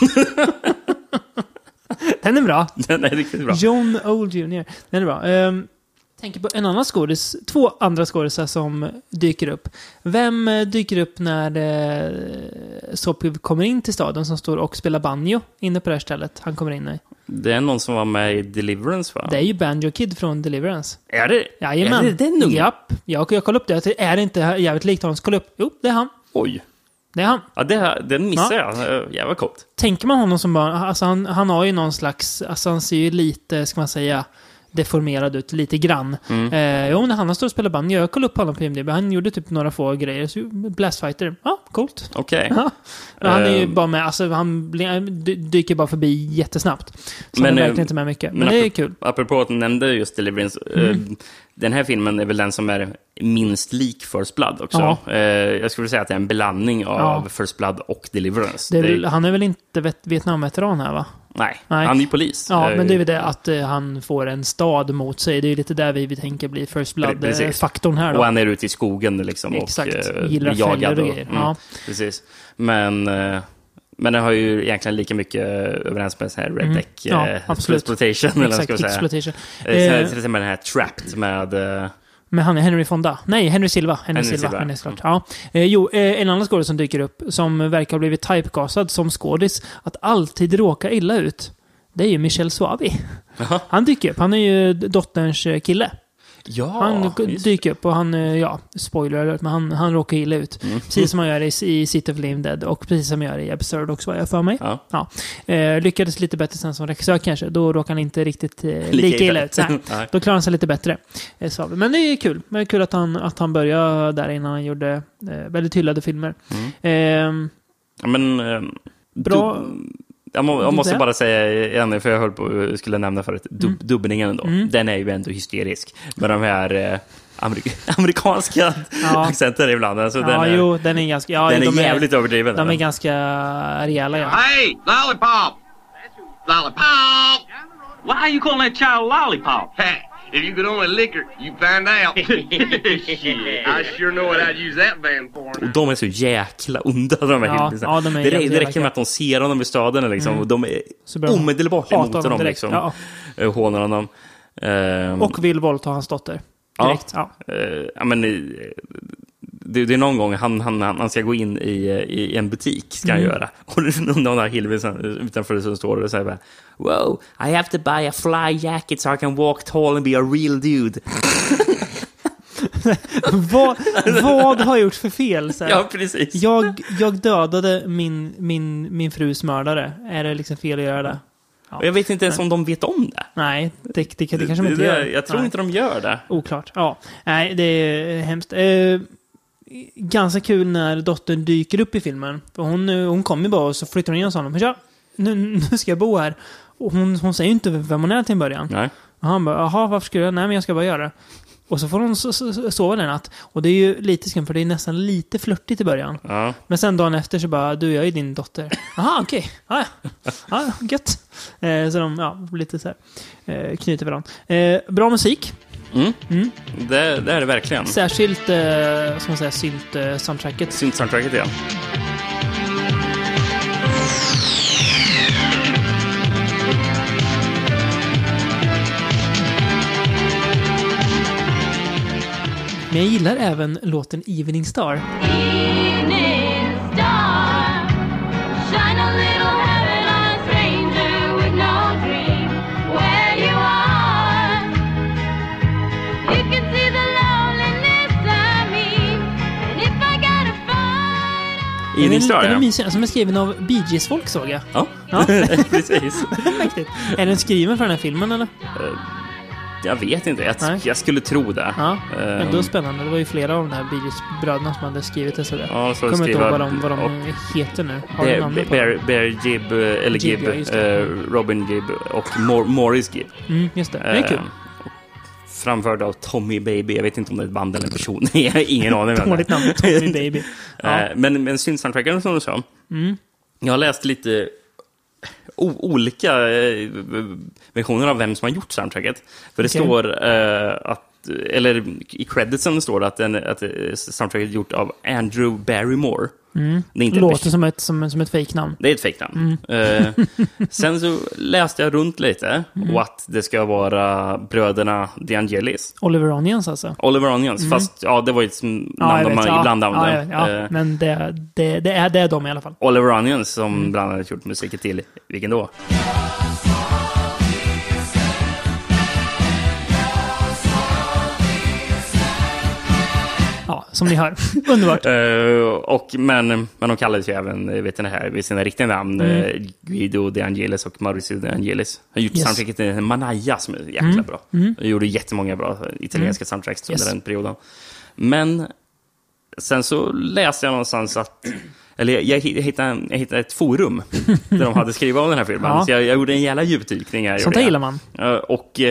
Den är bra. Den är riktigt bra. John Old Jr. Den är bra. Tänker på en annan skådis, 2 andra skådisar som dyker upp. Vem dyker upp när Soapy kommer in till staden, som står och spelar banjo inne på det här stället han kommer in i? Det är någon som var med i Deliverance, va? Det är ju Banjo Kid från Deliverance. Är det? Jajamän. Är det den nu? Japp. Jag kollade upp det. Är det inte jävligt likt honom? Kolla upp. Jo, det är han. Oj. Det är han. Ja, den missar jag. Jävla coolt. Tänker man honom som bara... Alltså han har ju någon slags... Alltså han ser ju lite, ska man säga, deformerad ut. Lite grann. När han har stått och spelat band. Jag kollade upp honom på IMDb. Han gjorde typ några få grejer. Så Blastfighter. Ja, coolt. Okej. Ja. Han är ju bara med... Alltså han dyker bara förbi jättesnabbt. Så han är verkligen inte med mycket. Men det är kul. Apropå att du nämnde just Deliverance. Den här filmen är väl den som är minst lik First Blood också. Jag skulle säga att det är en blandning av First Blood och Deliverance. Han är väl inte Vietnam-veteran här, va? Nej, han är ju polis. Ja, men det är väl det att han får en stad mot sig. Det är ju lite där vi tänker bli First Blood-faktorn här då. Och han är ute i skogen liksom. Exakt, och gillar jagad. Och ja. Precis. Men den har ju egentligen lika mycket överens med så här Redneck exploitation. Eller ska säga. Exploitation. Till exempel den här Trapped med han är Henry Fonda. Nej, Henry Silva. Henry Silva. Ja. En annan skådis som dyker upp, som verkar ha blivit typecastad som skådis att alltid råka illa ut. Det är ju Michel Suavi. Han dyker upp. Han är ju dotterns kille. Ja, han dyker upp och han, spoiler alert, men han råkar illa ut. Precis som han gör i City of the Living Dead och precis som han gör i Absurd också, vad jag för mig. Lyckades lite bättre sen som regissör kanske. Då råkar han inte riktigt lika illa ut. Nej. Då klarar han sig lite bättre. Men det är kul. Men det är kul att han började där innan han gjorde väldigt hyllade filmer. Bra... Jag måste bara säga igen, för jag höll på skulle nämna förut, dubbningen då. Den är ju ändå hysterisk. Med de här amerikanska accenter ibland. Alltså den är ganska... Ja, den är jävligt överdriven. De är ganska rejäla, ja. Hey, lollipop! Lollipop! Why are you calling that child lollipop? Hey, if you could only lick her, you find out. I sure know what I'd use that van for. Och de är så jäkla onda, de här det räcker med att de ser honom i staden liksom, och de är omedelbart emot honom liksom. Hånar honom. Och vill våldta hans dotter. Direkt. Det är någon gång han ska gå in i en butik, ska han göra. Och någon har Hillbilly utanför som står och säger bara, wow, I have to buy a fly jacket so I can walk tall and be a real dude. Vad har jag gjort för fel? Så här? Ja, precis. Jag dödade min frus mördare. Är det liksom fel att göra det? Ja. Jag vet inte ens om de vet om det. Nej, det kanske de inte gör. Jag tror inte de gör det. Oklart. Ja. Nej, det är hemskt. Ganska kul när dottern dyker upp i filmen. För hon kommer bara och så flyttar hon in och sa honom, nu ska jag bo här. Och hon säger ju inte vem hon är till en början. Nej. Och han bara, jaha, varför ska jag? Nej, men jag ska bara göra det. Och så får hon sova den natt. Och det är ju lite skumt, för det är nästan lite flörtigt i början. Ja. Men sen dagen efter så bara, du, jag är din dotter. Jaha, okej. Ja, gött. Så de, lite så här knyter varandra. Bra musik. Det är det verkligen. Särskilt, ska man säga, synt-soundtracket. Synt-soundtracket, ja. Men jag gillar även låten Evening Star. Evening star, shine a little heaven on a stranger with no dream where you are. You can see the loneliness of me, and if I gotta find Evening Star, den är mysig, som är skriven av Bee Gees folk, såg jag. Ja. Precis. Mäktigt. Är den skriven för den här filmen, eller? Jag vet inte, jag skulle tro det. Ja, ändå spännande. Det var ju flera av de här Bee Gees-bröderna som hade skrivit det. Ja, så kommer inte ihåg vad de heter nu. Bear Gibb, eller Gibb, Robin Gibb och Morris Gibb. Just det, det är kul. framförd av Tommy Baby. Jag vet inte om det är ett band eller en person. Jag har ingen aning. Dåligt namn, Tommy Baby. Ja. Men synt-soundtracken som du sa. Jag har läst lite olika versioner av vem som har gjort soundtracket. För det står att, eller i creditsen står det att soundtracket är gjort av Andrew Barrymore. Det är inte Låter som ett fejknamn. Det är ett fejknamn. Sen så läste jag runt lite och att det ska vara bröderna DeAngelis. Oliver Onions alltså. Oliver Onions, fast det var ju ett namn man ibland använde. Men det är de i alla fall. Oliver Onions som bland annat gjort musik till vilken då? Ja, som ni hör. Underbart. Men de kallades ju även, vet ni här, vid sina riktiga namn, Guido DeAngelis och Mauricio DeAngelis. Han har gjort soundtracket till Manaya som är jäkla bra. Han gjorde jättemånga bra italienska soundtracks under den perioden. Men sen så läste jag någonstans att, eller jag hittade ett forum där de hade skrivit om den här filmen. Så jag gjorde en jävla djupdykning här. Sånt gillar man. Och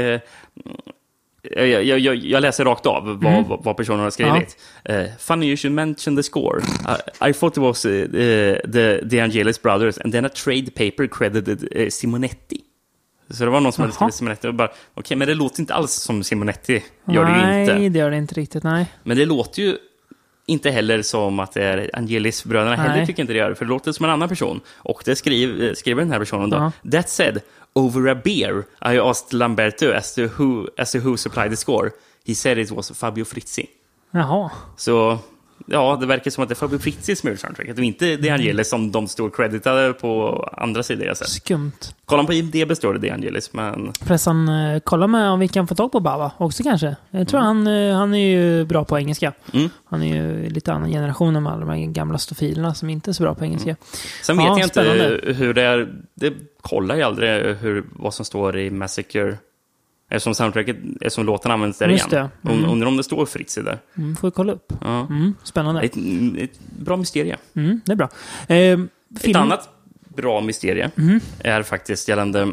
jag läser rakt av vad personen har skrivit. Funny you should mention the score. I thought it was the Angelis Brothers and then a trade paper credited Simonetti. Så det var någon som hade skrivit Simonetti och bara, okej, men det låter inte alls som Simonetti. Gör det ju inte. Nej, det gör det inte riktigt, nej. Men det låter ju inte heller som att det är Angelis-bröderna heller, tycker inte det gör. För det låter som en annan person. Och det skriver den här personen då. That said, over a beer, I asked Lamberto as to who supplied the score. He said it was Fabio Frizzi. Jaha. Så ja, det verkar som att det är Fabio Frizzi som gjorde soundtracket och inte De Angelis som de står creditade på andra sidor jag sett. Skumt. Kolla på IMDb står det De Angelis, men... Förresten, kolla med om vi kan få tag på Bava också kanske. Jag tror han är ju bra på engelska. Han är ju lite annan generation än alla de här gamla stofilerna som inte är så bra på engelska. Sen vet jag inte hur det är. Det kollar jag aldrig vad som står i Massacre. Eftersom soundtracket, eftersom låten används där igen. Undrar om det står Fritzi där. Får vi kolla upp. Spännande. Ett bra mysterie. Det är bra. Ett annat bra mysterie är faktiskt gällande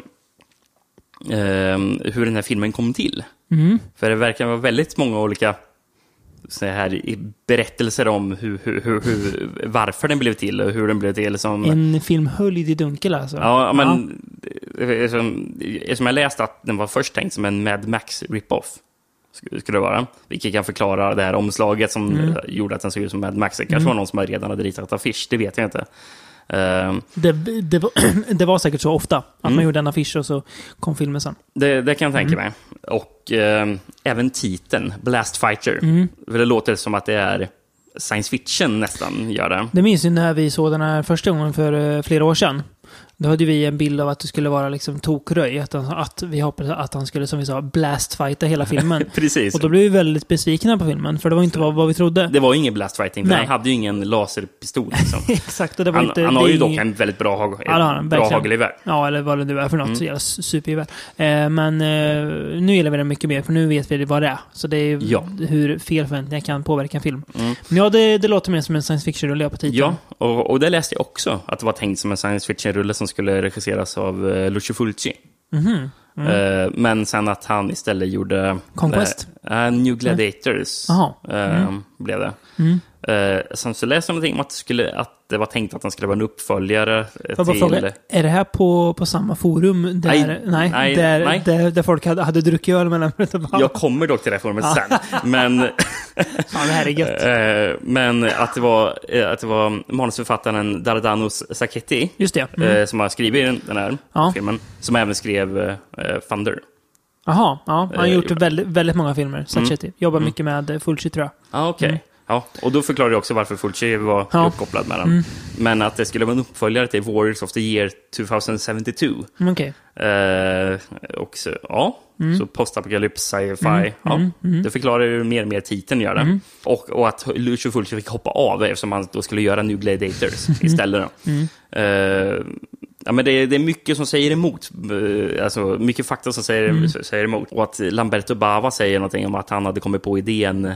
hur den här filmen kom till. För det verkar vara väldigt många olika så här berättelser om varför den blev till och hur den blev till. En film höll i det dunkel alltså. Ja, men som jag läste att den var först tänkt som en Mad Max rip-off. Skulle det vara. Vilket kan förklara det här omslaget som gjorde att den såg ut som Mad Max. Det kanske var någon som redan hade ritat affisch, det vet jag inte. Det var säkert så ofta att man gjorde en affisch och så kom filmen sen. Det kan jag tänka mig. Och även titeln, Blast Fighter. För det låter som att det är science fiction nästan gör det. Det minns ju när vi såg den här första gången för flera år sedan. Då hade vi en bild av att det skulle vara liksom tokröj. Att vi hoppades att han skulle, som vi sa, blastfighta hela filmen. Precis. Och då blev vi väldigt besvikna på filmen. För det var inte vad vi trodde. Det var ingen blastfighting. För han hade ju ingen laserpistol. Liksom. Exakt. Och det var han har ju dock en väldigt bra hagelgevär. Ja, eller vad det nu är för något. Så jävla supergevär. Men nu gillar vi det mycket mer. För nu vet vi vad det är. Så det är hur fel förväntningar kan påverka en film. Men ja, det låter mer som en science fiction-rulle på titeln. Ja, och det läste jag också. Att det var tänkt som en science fiction-rulle som skulle regisseras av Lucio Fulci. Men sen att han istället gjorde Conquest? New Gladiators blev det. Sen så läste jag någonting om att det var tänkt att han skulle vara en uppföljare till... Fråga, är det här på samma forum där folk hade druckit öl mellan... Jag kommer dock till det forumet sen. Men... det här är gött. Men att det var manusförfattaren Dardanos Sacchetti. Just det. Som har skrivit den här filmen. Som även skrev Thunder. Jaha, han har gjort väldigt, väldigt många filmer. Sacchetti. Jobbar mycket med Fulci, tror jag. Okej. Ja, och då förklarar jag också varför Fulci var uppkopplad med den. Men att det skulle vara en uppföljare till Warriors of the Year 2072. Okej. Och så, så postapokalyps, sci-fi. Det förklarar ju mer och mer titeln gör det. Och att Lucio Fulci fick hoppa av eftersom han då skulle göra New Gladiators istället då. Ja, men det är mycket som säger emot. Alltså mycket fakta som säger emot. Och att Lamberto Bava säger någonting om att han hade kommit på idén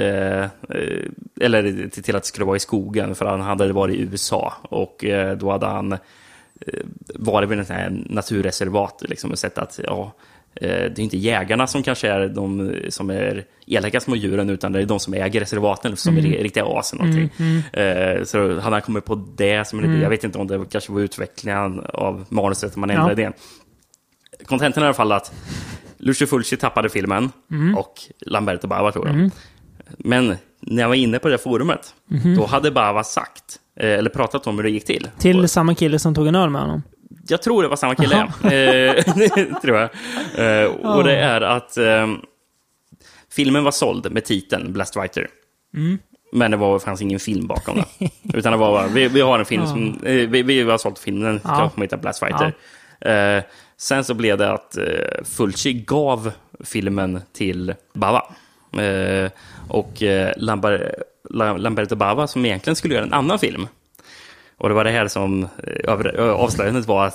eller till att det skulle vara i skogen, för han hade varit i USA och då hade han varit vid ett här naturreservat liksom, och sett att det är inte jägarna som kanske är de som är elakast mot djuren, utan det är de som äger reservaten som är riktiga asen. Så hade han kommit på det som en idé. Jag vet inte om det kanske var utvecklingen av manuset man ändrade idén. Kontenten är i alla fall att Lucio Fulci tappade filmen och Lamberto Bava tror jag. Men när jag var inne på det forumet, då hade Bava sagt, eller pratat om hur det gick till. Till samma kille som tog en öl med honom? Jag tror det var samma kille, tror jag. Och det är att filmen var såld med titeln Blast Fighter. Men det fanns ingen film bakom det. Utan det var vi har en film som... Vi har sålt filmen som heter Blast Fighter. Sen så blev det att Fulci gav filmen till Bava. Och Lamberto Bava som egentligen skulle göra en annan film. Och det var det här som avslöjandet var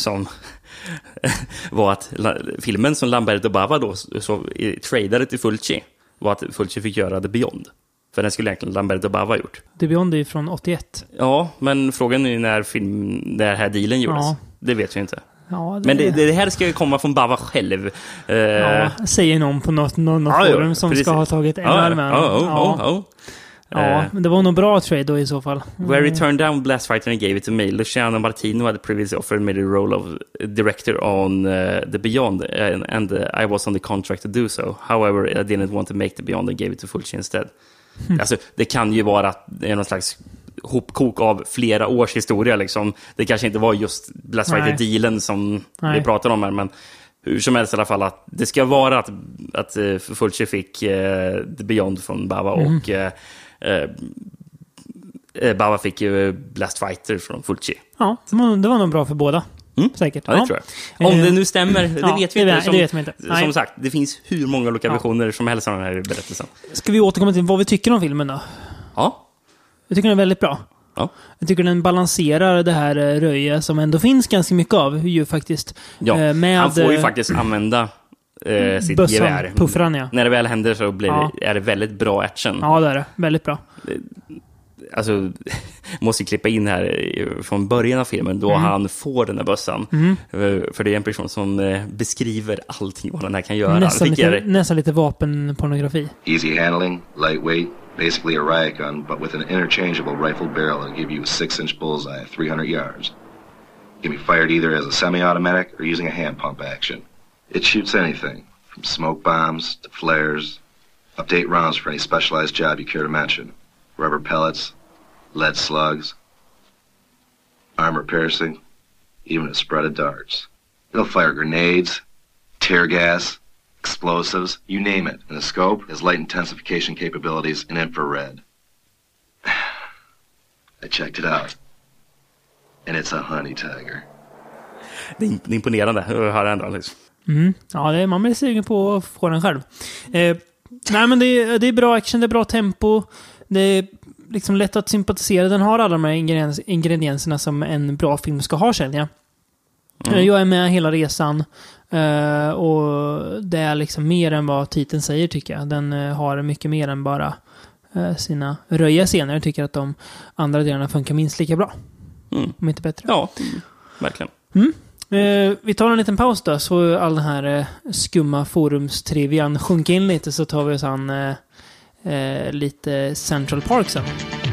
att filmen som Lamberto Bava då så tradade till Fulci var att Fulci fick göra The Beyond. För den skulle egentligen Lamberto Bava ha gjort. The Beyond är ju från 81. Ja, men frågan är när den här dealen gjordes. Ja. Det vet vi inte. Ja, men det här ska ju komma från Bava själv. Säger någon på något forum som precis. Ska ha tagit en armen. Ja, men det var nog bra trade då i så fall. Where he turned down Blast Fighter and gave it to me. Luciano Martino had previously offered me the role of director on The Beyond and I was on the contract to do so. However, I didn't want to make The Beyond and gave it to Fulci instead. Alltså, det kan ju vara att det är någon slags hopkok av flera års historia liksom. Det kanske inte var just Blast Fighter-dealen som vi pratar om här, men hur som helst i alla fall att det ska vara att Fulci fick The Beyond från Bava och Bava fick ju Blast Fighter från Fulci. Ja, det var nog bra för båda. Säkert. Ja, det tror jag. Om det nu stämmer, det vet vi inte. Det vet vi inte. Som sagt, det finns hur många olika versioner som helst av den här berättelsen. Ska vi återkomma till vad vi tycker om filmen då? Ja. Jag tycker den är väldigt bra. Ja. Jag tycker den balanserar det här röja som ändå finns ganska mycket av ju faktiskt. Ja, han får ju faktiskt använda sitt bössan, gevär. Puffran, ja. När det väl händer så är det väldigt bra action. Ja, det är det. Väldigt bra. Alltså, måste klippa in här från början av filmen då han får den här bössan. För det är en person som beskriver allting vad den här kan göra. Nästan lite vapenpornografi. Easy handling, lightweight, basically a riot gun, but with an interchangeable rifle barrel that'll give you a 6-inch bullseye at 300 yards. It can be fired either as a semi-automatic or using a hand pump action. It shoots anything, from smoke bombs to flares, up to 8 rounds for any specialized job you care to mention. Rubber pellets, lead slugs, armor piercing, even a spread of darts. It'll fire grenades, tear gas, explosives, you name it. And the scope has light intensification capabilities in infrared. I checked it out. And it's a honey tiger. Det är imponerande att höra ändå. Liksom. Ja, man blir sugen på att få den själv. Nej, men det är bra action, det är bra tempo. Det är liksom lätt att sympatisera. Den har alla de här ingredienserna som en bra film ska ha, känner jag. Jag är med hela resan. Och det är liksom mer än vad titeln säger, tycker jag. Den har mycket mer än bara sina röja scener. Jag tycker att de andra delarna funkar minst lika bra. Om inte bättre. Ja, verkligen. Vi tar en liten paus då, så all den här skumma forumstrivian sjunker in lite, så tar vi oss an lite Central Park sen.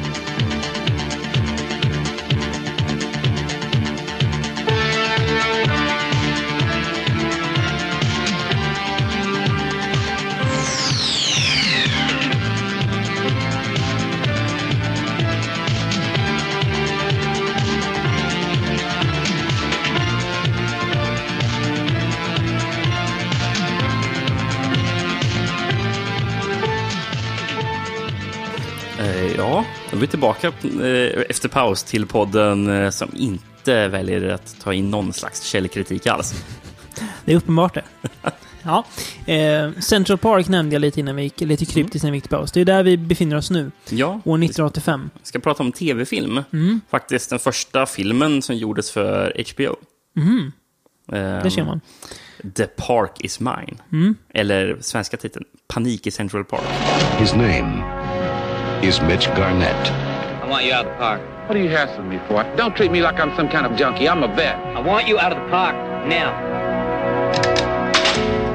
Ja, då är vi tillbaka efter paus till podden som inte väljer att ta in någon slags källkritik alls. Det är uppenbart det. Ja. Central Park nämnde jag lite innan vi gick, lite kryptiskt när vi gick till paus. Det är där vi befinner oss nu. Ja. År 1985. Vi ska prata om tv-film. Faktiskt den första filmen som gjordes för HBO. Det ser man. The Park is Mine. Eller svenska titeln Panik i Central Park. His name is Mitch Garnett. I want you out of the park. What are you hassling me for? Don't treat me like I'm some kind of junkie. I'm a vet. I want you out of the park now.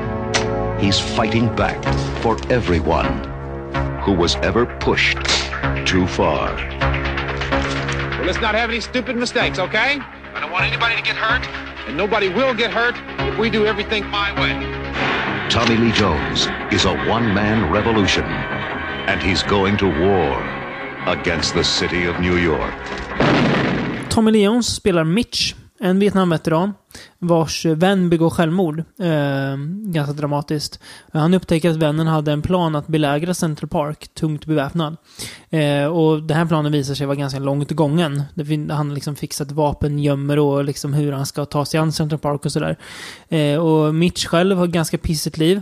he's fighting back for everyone who was ever pushed too far. Well, let's not have any stupid mistakes, okay? I don't want anybody to get hurt, and nobody will get hurt if we do everything my way. Tommy Lee Jones is a one-man revolution, and he's going to war against the city of New York. Tommy Lee Jones spelar Mitch, en Vietnamveteran vars vän begår självmord. Ganska dramatiskt. Han upptäcker att vännen hade en plan att belägra Central Park, tungt beväpnad. Och den här planen visar sig vara ganska långt gången. Han liksom fixat vapengömmor och liksom hur han ska ta sig an Central Park och sådär. Och Mitch själv har ganska pissigt liv.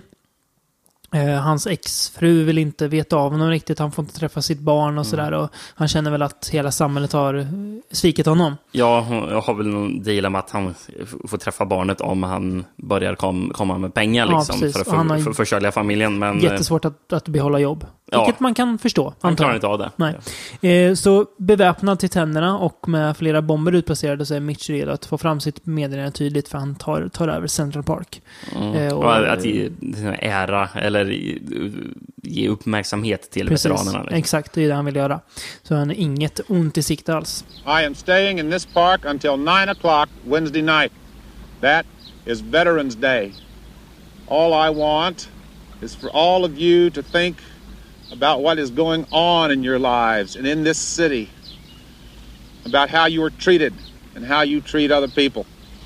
Hans exfru vill inte veta av honom riktigt. Han får inte träffa sitt barn och sådär. Och han känner väl att hela samhället har svikit honom. Ja, jag har väl någon deal med att han får träffa barnet om han börjar komma med pengar liksom, för att försörja familjen. Men jättesvårt att behålla jobb. Vilket man kan förstå. Han klarar inte av det. Nej. Så beväpnad till tänderna och med flera bomber utplacerade så är Mitch redo att få fram sitt meddelande tydligt, för han tar över Central Park. Och att ge ära eller ge uppmärksamhet till veteranerna. Liksom. Exakt, det är det han vill göra. Så han har inget ont i sikte alls. I am staying in this park until 9:00 Wednesday night. That is Veterans Day. All I want is for all of you to think about what is going on in your lives and in this city, about how you are treated and how you treat other people.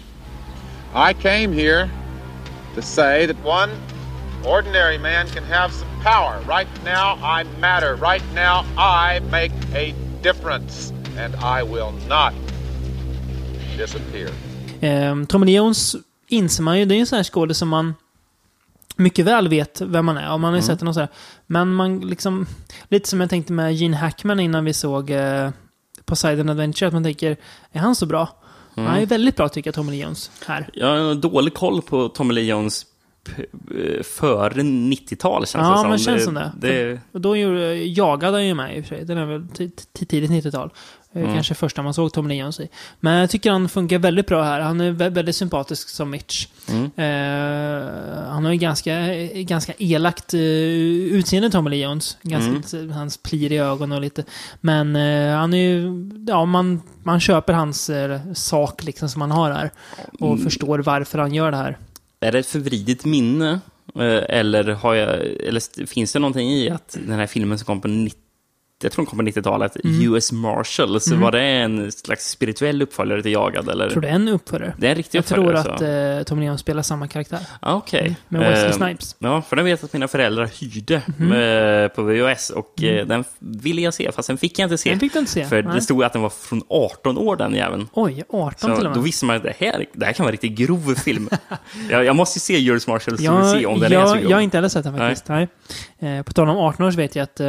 I came here to say that one ordinary man can have some power. Right now I matter. Right now I make a difference, and I will not disappear. Tommy Lee Jones inser man ju, det är en sån här skådespelare som man mycket väl vet vem man är, om man har sett den och så här. Men man liksom, lite som jag tänkte med Gene Hackman innan vi såg Poseidon Adventure, att man tänker, är han så bra? Han är väldigt bra, tycker jag, Tommy Lee Jones här. Jag har dålig koll på Tommy Lee Jones före 90-tal, känns det som. Ja, men känns som det. Då jagade han ju med i och för sig. Den är väl tidigt 90-tal. Kanske första man såg Tommy Lee Jones i. Men jag tycker han funkar väldigt bra här. Han är väldigt sympatisk som Mitch. Han har ju ganska elakt utseende, Tommy Lee Jones. Hans plir i ögonen och lite. Men han är ju, ja, man köper hans sak liksom som han har här. Och förstår varför han gör det här. Är det ett förvridigt minne? Eller finns det någonting i att den här filmen som kom på 90-talet, US Marshals, var det en slags spirituell uppföljare till Jagad? Eller? Jag tror det är en uppföljare. Det är en riktig uppföljare. Jag tror att Tommy Lee Jones spelar samma karaktär. Okej. Med Wesley Snipes. Ja, för den vet att mina föräldrar hyrde på VHS och den ville jag se, fast sen fick jag inte se. Den fick du inte se. För det stod att den var från 18 år, den jäveln. Oj, 18 så till och med. då visste man att det här kan vara en riktigt grov film. jag måste se US Marshals för att se om den är så grov. Jag har inte heller sett den faktiskt. Nej. På tal om 18 år så vet jag att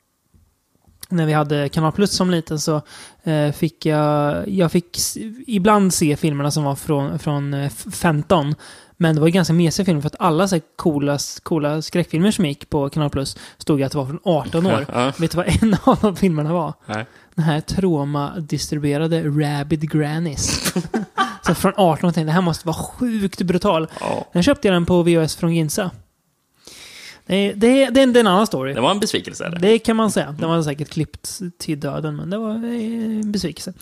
när vi hade Kanal Plus som liten så fick jag fick ibland se filmerna som var från 15. Men det var ju ganska mesig film, för att alla så coola skräckfilmer som gick på Kanal Plus stod att det var från 18 år. Vet du vad en av de filmerna var? Nej. Den här Troma-distribuerade Rabid Grannies. Så från 18 år tänkte jag, det här måste vara sjukt brutal. Den köpte jag den på VHS från Ginsa. Det är en annan story. Det var en besvikelse. Eller? Det kan man säga. Den var säkert klippt till döden, men det var en besvikelse.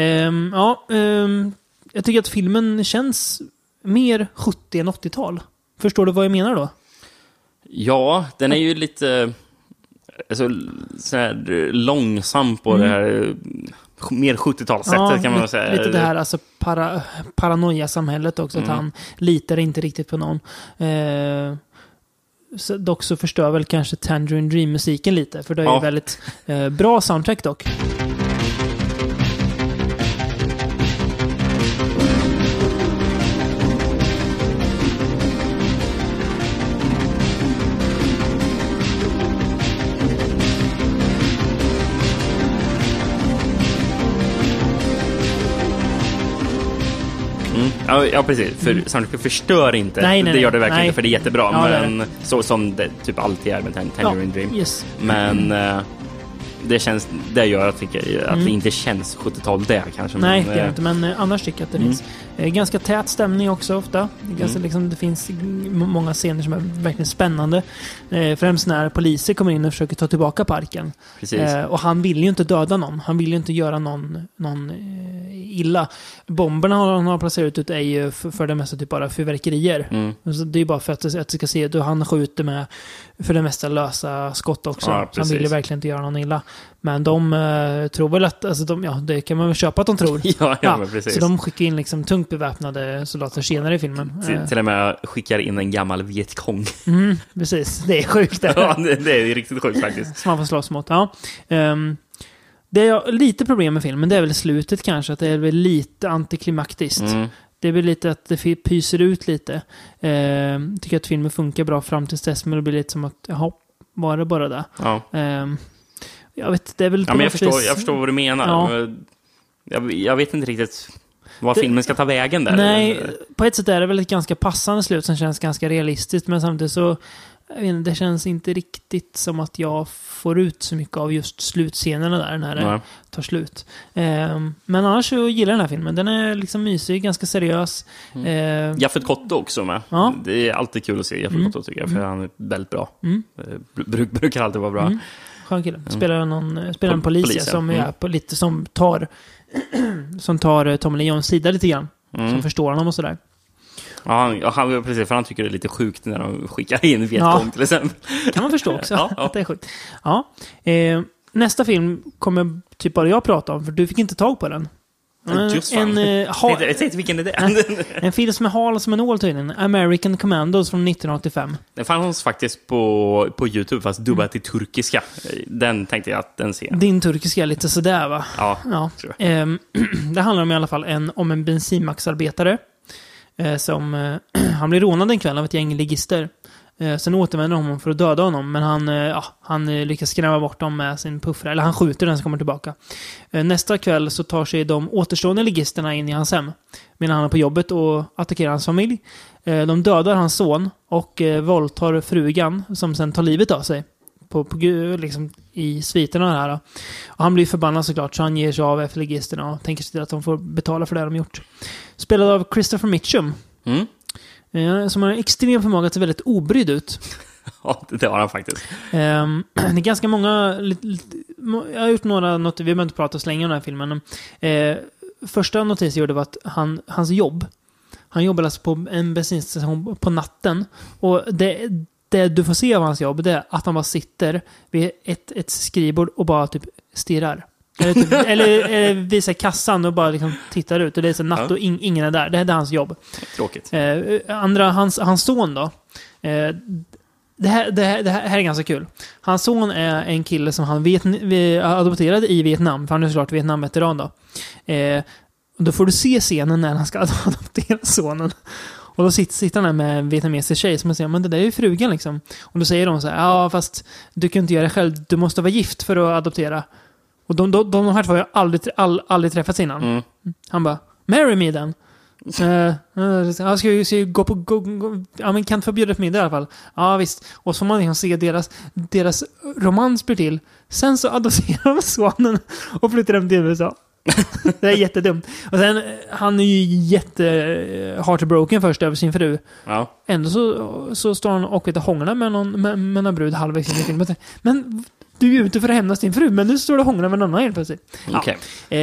Jag tycker att filmen känns mer 70 än 80-tal. Förstår du vad jag menar då? Ja, den är ju lite så här långsam på det här mer 70-talssättet, kan man säga. Lite det här alltså paranoia-samhället också, att han litar inte riktigt på någon. Dock så förstör väl kanske Tangerine Dream-musiken lite, för det är ju väldigt bra soundtrack dock. Ja, precis. För soundtracket förstör inte. Nej, det gör det verkligen inte, för det är jättebra. Ja, men så som det typ alltid är med Tangerine Dream. Yes. Men det gör att det inte känns 70-tal det kanske. Nej, det gör inte, men annars tycker jag att det finns ganska tät stämning också ofta. Det finns många scener som är verkligen spännande. Främst när poliser kommer in och försöker ta tillbaka parken. Och han vill ju inte döda någon. Han vill ju inte göra någon illa. Bomberna han har placerat ut är ju för det mesta typ bara fyrverkerier. Så det är bara för att du ska se att han skjuter med för det mesta lösa skott också. Ja, så han vill ju verkligen inte göra någon illa. Men de tror väl att det kan man väl köpa att de tror. Ja, precis. Så de skickar in liksom tungt beväpnade soldater senare i filmen. Till och med skickar in en gammal Vietkong. Precis, det är sjukt. Ja, det är riktigt sjukt faktiskt. Som man får slåss mot. Ja. Det är lite problem med filmen, det är väl slutet kanske. Att det är väl lite antiklimaktiskt. Det är väl lite att det pyser ut lite. Tycker att filmen funkar bra fram till dess, men det blir lite som att, var det bara det? Ja. Jag vet, det är väl... Ja, men jag förstår vad du menar. Ja. Jag vet inte riktigt vad filmen ska ta vägen där. Nej, på ett sätt är det väl ett ganska passande slut som känns ganska realistiskt, men samtidigt så det känns inte riktigt som att jag får ut så mycket av just slutscenerna där när det tar slut. Men annars så gillar den här filmen. Den är liksom mysig, ganska seriös. Jaffet Kotto också med. Ja. Det är alltid kul att se Jaffet Kotto tycker jag, för han är väldigt bra. Brukar alltid vara bra. Skön kille. Spelar en polis som är på lite som tar Tommy Lee Jones sida lite grann. Som förstår honom och sådär. Ja, han precis, för han tycker det är lite sjukt när de skickar in Vietkong till exempel. Kan man förstå också att det är sjukt. Ja. Nästa film kommer typ bara jag prata om, för du fick inte tag på den. Just fan. Jag tänkte vilken är det? En film som är hal som en ål tydligen. American Commandos från 1985. Den fanns faktiskt på YouTube, fast dubbad till turkiska. Den tänkte jag att den ser. Din turkiska är lite sådär, va? Ja. Tror jag. Det handlar om i alla fall om en bensinmacksarbetare som han blir rånad en kväll av ett gäng ligister. Sen återvänder honom för att döda honom, men han lyckas skrämma bort dem med sin puffra, eller han skjuter den som kommer tillbaka. Nästa kväll så tar sig de återstående ligisterna in i hans hem medan han är på jobbet och attackerar hans familj. De dödar hans son och våldtar frugan som sen tar livet av sig liksom i sviterna här. Och han blir förbannad såklart, så han ger sig av efter ligisterna och tänker sig till att de får betala för det de gjort. Spelad av Christopher Mitchum. Som har en extrem förmåga att se väldigt obrydd ut. Ja, det har han faktiskt. Det är ganska många... Jag har gjort några noter, vi behöver inte prata så länge om den här filmen. Första notis jag gjorde var att hans jobb. Han jobbar alltså på en bensinstation på natten. Och det du får se av hans jobb, det är att han bara sitter vid ett skrivbord och bara typ stirrar. Eller visar kassan och bara liksom tittar ut. Och det är så natt och ingen är där. Det är hans jobb. Tråkigt. Hans son då. Det här är ganska kul. Hans son är en kille som han adopterade i Vietnam. För han är såklart Vietnam-veteran då. Och då får du se scenen när han ska adoptera sonen. Och då sitter han där med en vietnamesisk tjej som säger, men det där är ju frugan liksom. Och då säger de så här, ja fast du kan inte göra det själv. Du måste vara gift för att adoptera. Och de här två har jag aldrig träffats innan. Han bara, marry me then. Jag ska ju gå på... Ja, men kan inte förbjuda för middag i alla fall. Ja, visst. Och så får man liksom se deras romans blir till. Sen så adopterar de sonen och flyttar dem till USA. Det är jättedumt. Och sen, han är ju heartbroken först över sin fru. Ja. Ändå så står han och hånglar med någon brud halvvägs in i filmen. Men... Du är ute för att hämnas din fru, men nu står du och hånglar med någon annan helt plötsligt. Okej.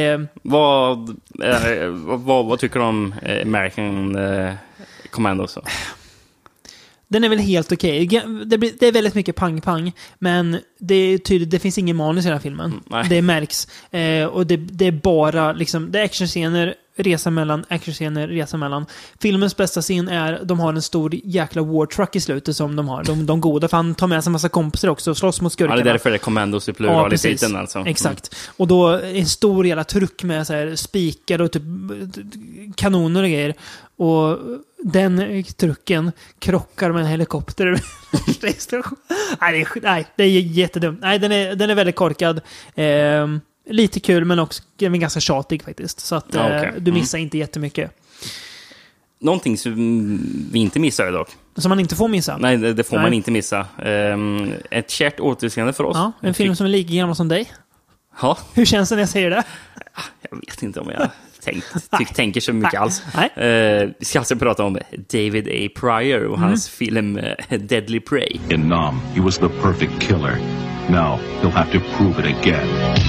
Vad tycker du om American Commandos? Den är väl helt okej. Det är väldigt mycket pang-pang, men det är tydligt, det finns ingen manus i den här filmen. Det märks. Och det är bara liksom, det är actionscener, resa mellan. Filmens bästa scen är, de har en stor jäkla war truck i slutet som de har. De goda, för han tar med sig en massa kompisar också och slåss mot skurkarna. Ja, det är därför det är Commandos i plural i titeln alltså. Exakt. Och då en stor jävla truck med så här spikar och typ kanoner och grejer. Och den trucken krockar med en helikopter. Nej, det är jättedumt. Nej, den är väldigt korkad. Lite kul, men också ganska tjatig faktiskt. Så att du missar inte jättemycket. Någonting som vi inte missar dock. Som man inte får missa? Nej, det får man inte missa. Ett kärt återseende för oss. Ja, en film som är lika gammal som dig. Ja. Hur känns det när jag säger det? Jag vet inte om jag tänker så mycket alls. Nej. Vi ska alltså prata om David A. Pryor och hans film Deadly Prey. In Nam, he was the perfect killer. Now, he'll have to prove it again.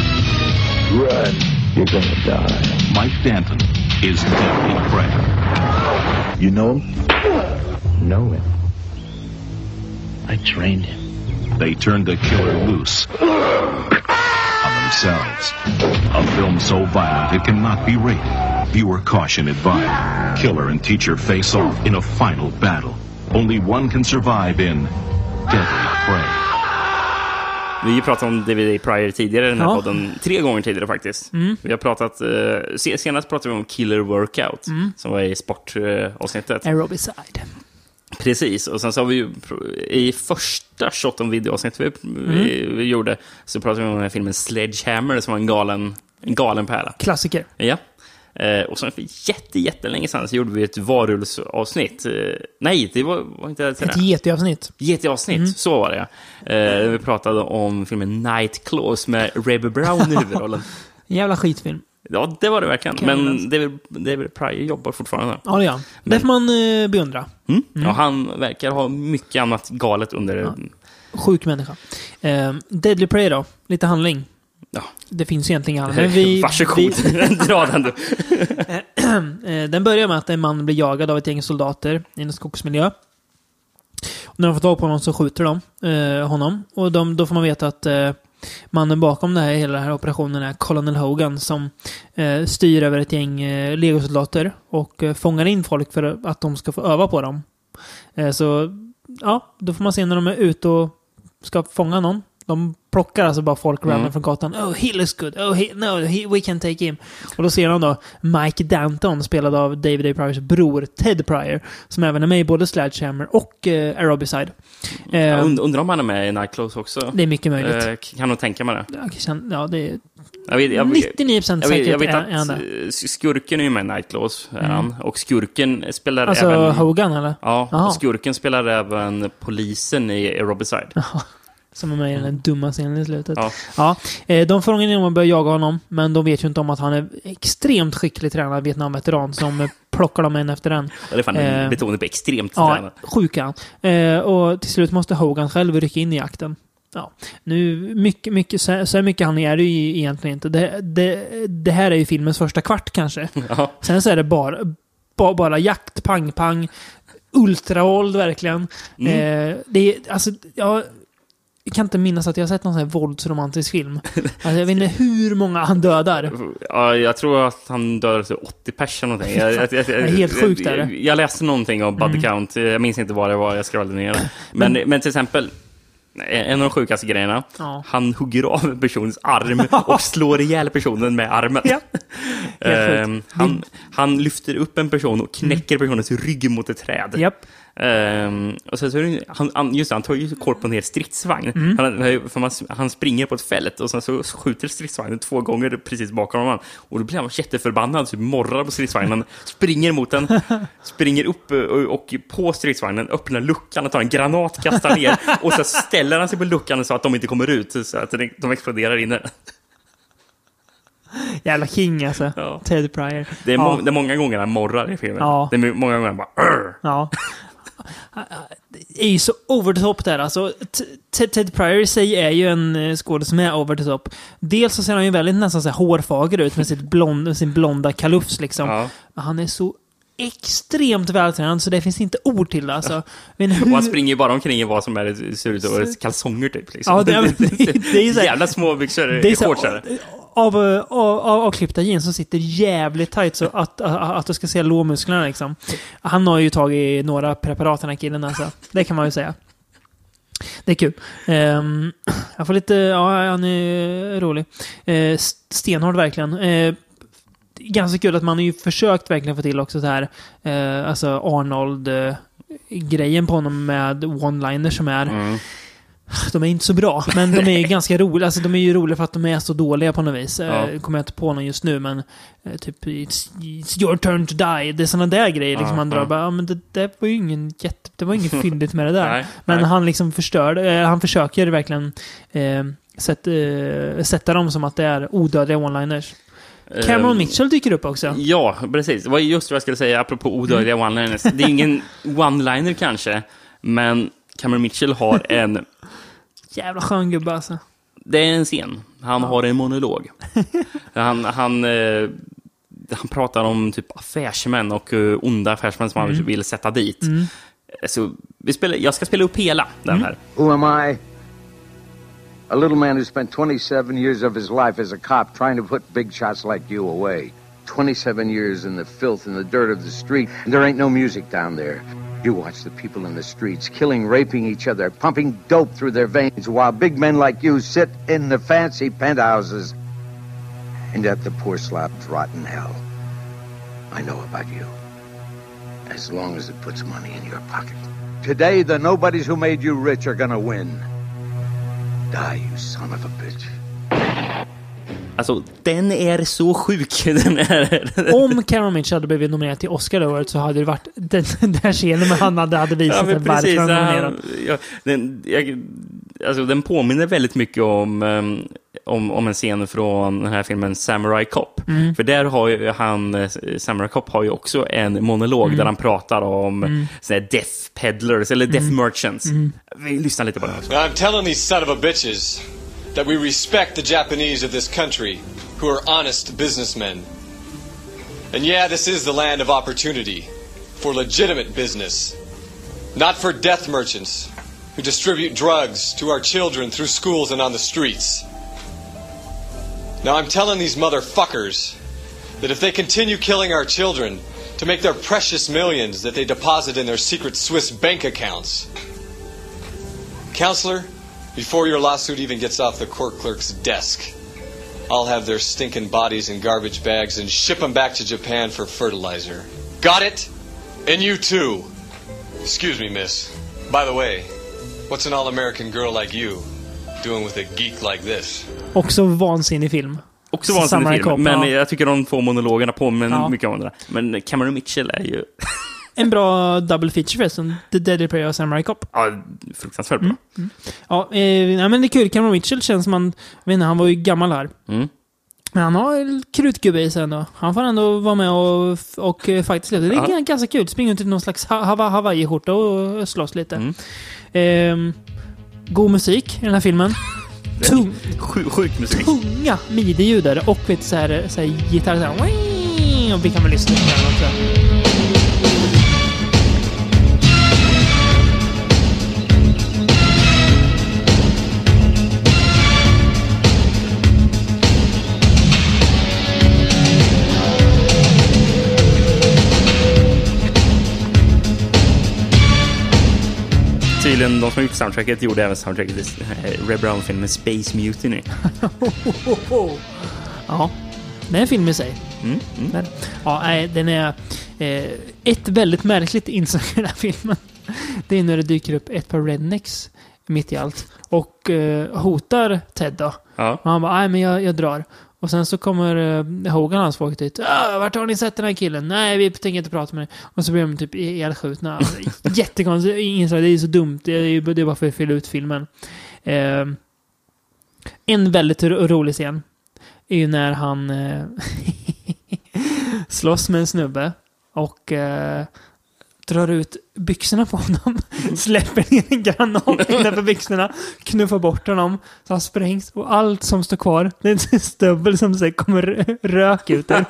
Run. You're gonna die. Mike Danton is Deadly Prey. You know him? Know him. I trained him. They turned the killer loose on themselves. A film so violent it cannot be rated. Viewer caution advised. Killer and teacher face off in a final battle. Only one can survive in Deadly Prey. Vi har pratat om David A. Pryor tidigare i den här podden. 3 gånger tidigare faktiskt. Vi har pratat... senast pratade vi om Killer Workout. Som var i sportavsnittet. Aerobicide. Precis. Och sen så har vi ju... I första shot om videoavsnittet vi gjorde så pratade vi om den här filmen Sledgehammer som var en galen pärla. Klassiker. Ja. Och sen för jättelänge sedan så gjorde vi ett varulvsavsnitt. Nej, det var inte det. Ett GT-avsnitt. GT-avsnitt, så var det. Vi pratade om filmen Night Claws med Rebbe Brown i huvudrollen. Jävla skitfilm. Ja, det var det verkligen. Men David Pryor jobbar fortfarande. Ja, det gör han. Det får man beundra. Ja, han verkar ha mycket annat galet under... Ja. Sjuk människa. Deadly Prey då? Lite handling. Ja. Det finns egentligen handling. Varsågod, dra den du. Den börjar med att en man blir jagad av ett gäng soldater i en skogsmiljö. Och när de får tag på honom så skjuter de honom. Och då får man veta att mannen bakom hela den här operationen är Colonel Hogan som styr över ett gäng legosoldater och fångar in folk för att de ska få öva på dem. Så ja, då får man se när de är ute och ska fånga någon. De plockar alltså bara folk random från gatan. Oh, he looks good. Oh, we can take him. Och då ser de då Mike Danton, spelad av David A. Pryors bror Ted Pryor, som även är med i både Sledgehammer och Aerobicide. Undrar om han är med i Night Claws också. Det är mycket möjligt. Kan nog tänka mig det. Ja, det är... 99% säkert jag vet att skurken är ju med i Night Claws, och skurken spelar alltså även... Hogan, eller? Ja, och skurken spelar även polisen i Aerobicide. Som är med i den dumma scenen i slutet. Ja. De får ingen om att börja jaga honom, men de vet ju inte om att han är extremt skickligt tränad Vietnam-veteran som plockar dem en efter en. Ja, det är fan betonet på extremt tränad. Ja, sjuka. Och till slut måste Hogan själv rycka in i jakten. Ja. Nu, mycket, så mycket han är det ju egentligen inte. Det här är ju filmens första kvart kanske. Ja. Sen så är det bara jakt, pang, ultravåld verkligen. Det är, alltså, jag kan inte minnas att jag har sett någon sån här våldsromantisk film. Alltså, jag vet inte hur många han dödar. Ja, jag tror att han dödar 80 personer någonting. Det är helt sjukt är det. Jag läste någonting om body count. Jag minns inte vad det var, jag scrollade ner. Men till exempel, en av de sjukaste grejerna. Ja. Han hugger av personens arm och slår ihjäl personen med armen. Ja. Han lyfter upp en person och knäcker personens rygg mot ett träd. Yep. Och så han tar ju kort på en hel stridsvagn. Han springer på ett fält och sen så skjuter stridsvagnen 2 gånger precis bakom honom. Och då blir han jätteförbannad, så morrar på stridsvagnen, springer mot den, springer upp och på stridsvagnen, öppnar luckan och tar en granat, kastar ner och så ställer han sig på luckan så att de inte kommer ut, så att de exploderar inne. Jävla king alltså. Ja. Ted Pryor. Det är många gånger han morrar i filmen. Ja. Det är många gånger han bara ja. Det är ju så over the top där. Alltså, Ted Pryor i sig är ju en skådespelare som är over the top. Dels så ser han ju väldigt nästan så här hårfager ut med sin blonda kalufs liksom. Ja. Han är så extremt vältränad så det finns inte ord till det alltså. Men hur... Och han springer ju bara omkring i vad som ser ut att vara kalsonger typ liksom. Ja, det är så jävla små byxor, shortsar. Avklippta jeans som sitter jävligt tajt så att du ska se lårmusklerna liksom. Han har ju tagit några preparat, den här killen alltså. Det kan man ju säga. Det är kul. Jag får lite... Ja, han är rolig. Stenhård verkligen. Ganska kul att man har ju försökt verkligen få till också så här alltså Arnold-grejen på honom med one-liners som är... De är inte så bra, men de är ganska roliga. Alltså, de är ju roliga för att de är så dåliga på något vis. Kommer jag inte på någon just nu, men typ it's your turn to die. Det är sådana där grejer liksom man drar bara, men det var ju det var inget fyndigt med det där. Men han liksom han försöker verkligen sätta dem som att det är odödliga one-liners. Cameron Mitchell dyker upp också. Ja, precis. Det var just vad jag skulle säga apropå odödliga one-liners. Det är ingen one-liner kanske, men Cameron Mitchell har en... Jävla skön gubbe alltså. Det är en scen. Han har en monolog. Han pratar om typ affärsmän och onda affärsmän som han vill sätta dit. Så jag ska spela upp hela den här. Who am I? A little man who spent 27 years of his life as a cop trying to put big shots like you away. 27 years in the filth and the dirt of the street. And there ain't no music down there. You watch the people in the streets killing, raping each other, pumping dope through their veins while big men like you sit in the fancy penthouses. And yet the poor slobs rot in hell. I know about you. As long as it puts money in your pocket. Today, the nobodies who made you rich are gonna win. Die, you son of a bitch. Alltså, den är så sjuk. Den är... Om Cameron Mitchell hade blivit nominerad till Oscar det året så hade det varit den där scenen med han hade visat ja, varför han nominerad. Den påminner väldigt mycket om en scen från den här filmen Samurai Cop. För där har ju Samurai Cop har ju också en monolog där han pratar om såna death peddlers eller death merchants. Vi lyssnar lite på det också. I'm telling these son of a bitches that we respect the Japanese of this country who are honest businessmen. And yeah, this is the land of opportunity for legitimate business, not for death merchants who distribute drugs to our children through schools and on the streets. Now I'm telling these motherfuckers that if they continue killing our children to make their precious millions that they deposit in their secret Swiss bank accounts. Counselor, before your lawsuit even gets off the court clerk's desk, I'll have their stinking bodies in garbage bags and ship them back to Japan for fertilizer. Got it? And you too. Excuse me, miss. By the way, what's an all-American girl like you doing with a geek like this? Också vansinnig film. Också vansinnig film, men jag tycker de två monologerna påminner mycket om det. Men Cameron Mitchell är ju... En bra double feature förresten. The Deadly Prey och Samurai Cop. Ja, fruktansvärt bra. Ja, men det är kul. Cameron Mitchell känns som han var ju gammal här. Men han har krutgubbe i sig ändå. Han får ändå vara med och faktiskt lite. Det är ganska kul. Springa ut i någon slags Hawaii-skjorta och slåss lite. God musik i den här filmen. Sjuk musik. Tunga midi-ljudare och lite så här gitarr så här. Och vi kan väl lyssna på den också. Tydligen de som gjort soundtracket gjorde även soundtracket i Red Brown-filmen Space Mutiny. Ja, det är en film i sig. Ja, den är ett väldigt märkligt inslag i den här filmen. Det är när det dyker upp ett par rednecks mitt i allt och hotar Ted då. Och han bara, nej men jag drar. Och sen så kommer Hogan och hans folk dit. Vart har ni sett den här killen? Nej, vi tänker inte prata med dig. Och så blir de typ elskjutna. Jättekonstigt. Det är så dumt. Det är bara för att fylla ut filmen. En väldigt rolig scen är ju när han slåss med en snubbe och drar ut byxorna på honom, släpper ner en granat innanför byxorna, knuffar bort honom så han sprängs och allt som står kvar det är en stövel som så kommer rök ut där.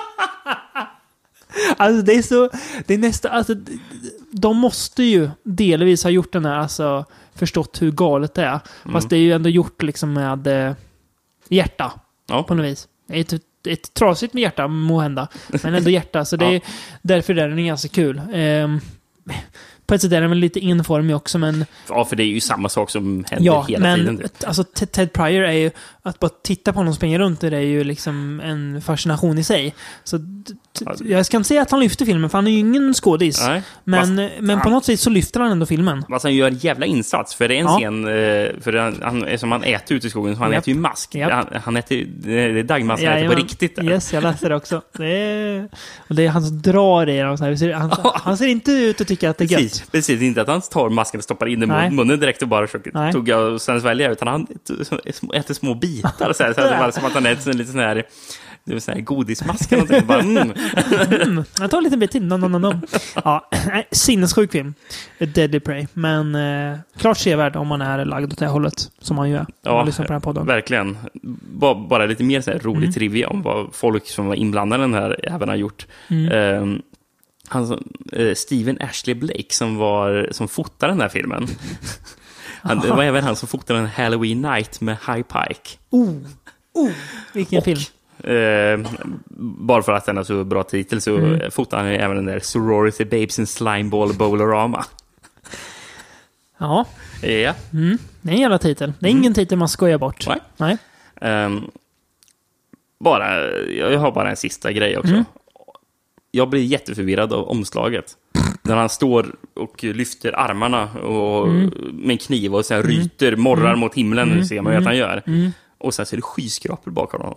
Alltså det är nästan alltså, de måste ju delvis ha gjort den här, alltså förstått hur galet det är. Fast det är ju ändå gjort liksom med hjärta på något vis. Det är ett trasigt med hjärta, måhända. Men ändå hjärta. Så det är därför är den ganska kul. På ett sätt är den väl lite informig också, men... Ja, för det är ju samma sak som händer hela tiden. Alltså Ted Pryor är ju... Att bara titta på honom springa runt, det är ju liksom en fascination i sig. Så Jag ska inte säga att han lyfter filmen, för han är ju ingen skådis. Nej. Men på något sätt så lyfter han ändå filmen. Fast han gör en jävla insats, för det är en scen, för som han äter ute i skogen, så han äter ju mask. Han äter, det är dagmask, han äter på riktigt. Yes, jag läste det också. Och det är han som drar i dem. Han ser inte ut att tycka att det är gött. Precis, inte att han tar masken och stoppar in i munnen direkt och bara försöker tugga och sen svälja, utan han äter små bitar. Så här, som att han äter en liten sån här... Det är en sån här godismask eller någonting. Bara, jag tar en liten bit till. Ja, sinnessjuk film. A Deadly Prey. Men klart sevärd om man är lagd åt det hållet. Som man ju är. Ja, man lyssnar på den här podden. Verkligen. Bara lite mer så här rolig trivia om vad folk som var inblandade i den här även har gjort. Stephen Ashley Blake som fotade den här filmen. Det var även han som fotade en Halloween Night med High Pike. Vilken film. Bara för att den har så bra titel så fotar han även den där Sorority Babes in Slimeball Bowlerama. Ja. Ja. Det är en jävla titel. Det är ingen titel man skojar bort. Nej. Jag har bara en sista grej också. Jag blir jätteförvirrad av omslaget. När han står och lyfter armarna och med en kniv och så här ryter, morrar mot himlen, ser man ju att han gör. Och sen ser det skyskrapor bakom honom.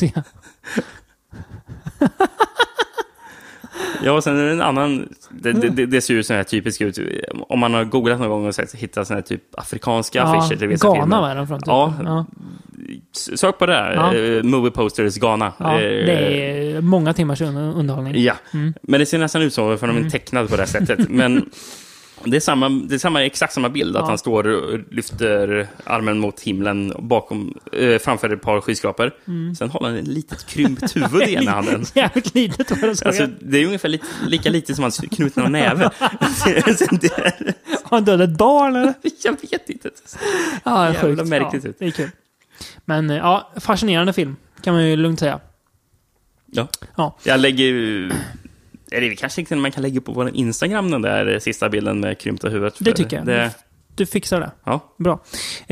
Ja, och sen är det en annan... Det ser ju så här typiskt ut. Om man har googlat någon gång och hittat såna här typ afrikanska affischer till vissa filmer. Ghana var de från typ. Ja. Sök på det. Movie posters Ghana. Ja, det är många timmars underhållning. Ja, men det ser nästan ut så för de är tecknade på det sättet. Men det är exakt samma bild. Att han står och lyfter armen mot himlen framför ett par skyskrapor. Sen håller han ett litet krympt huvud i ena handen. Jävligt litet var det. Alltså, det är ungefär lika lite som hans knutna näve. Har han dödat ett barn eller? Jag vet inte. Ja, jävla märkligt ut. Det är kul. Men fascinerande film. Kan man ju lugnt säga. Ja. Jag lägger... Är det kanske inte man kan lägga på vår Instagram den där sista bilden med krympta huvudet? Det tycker jag. Du fixar det. Ja. Bra.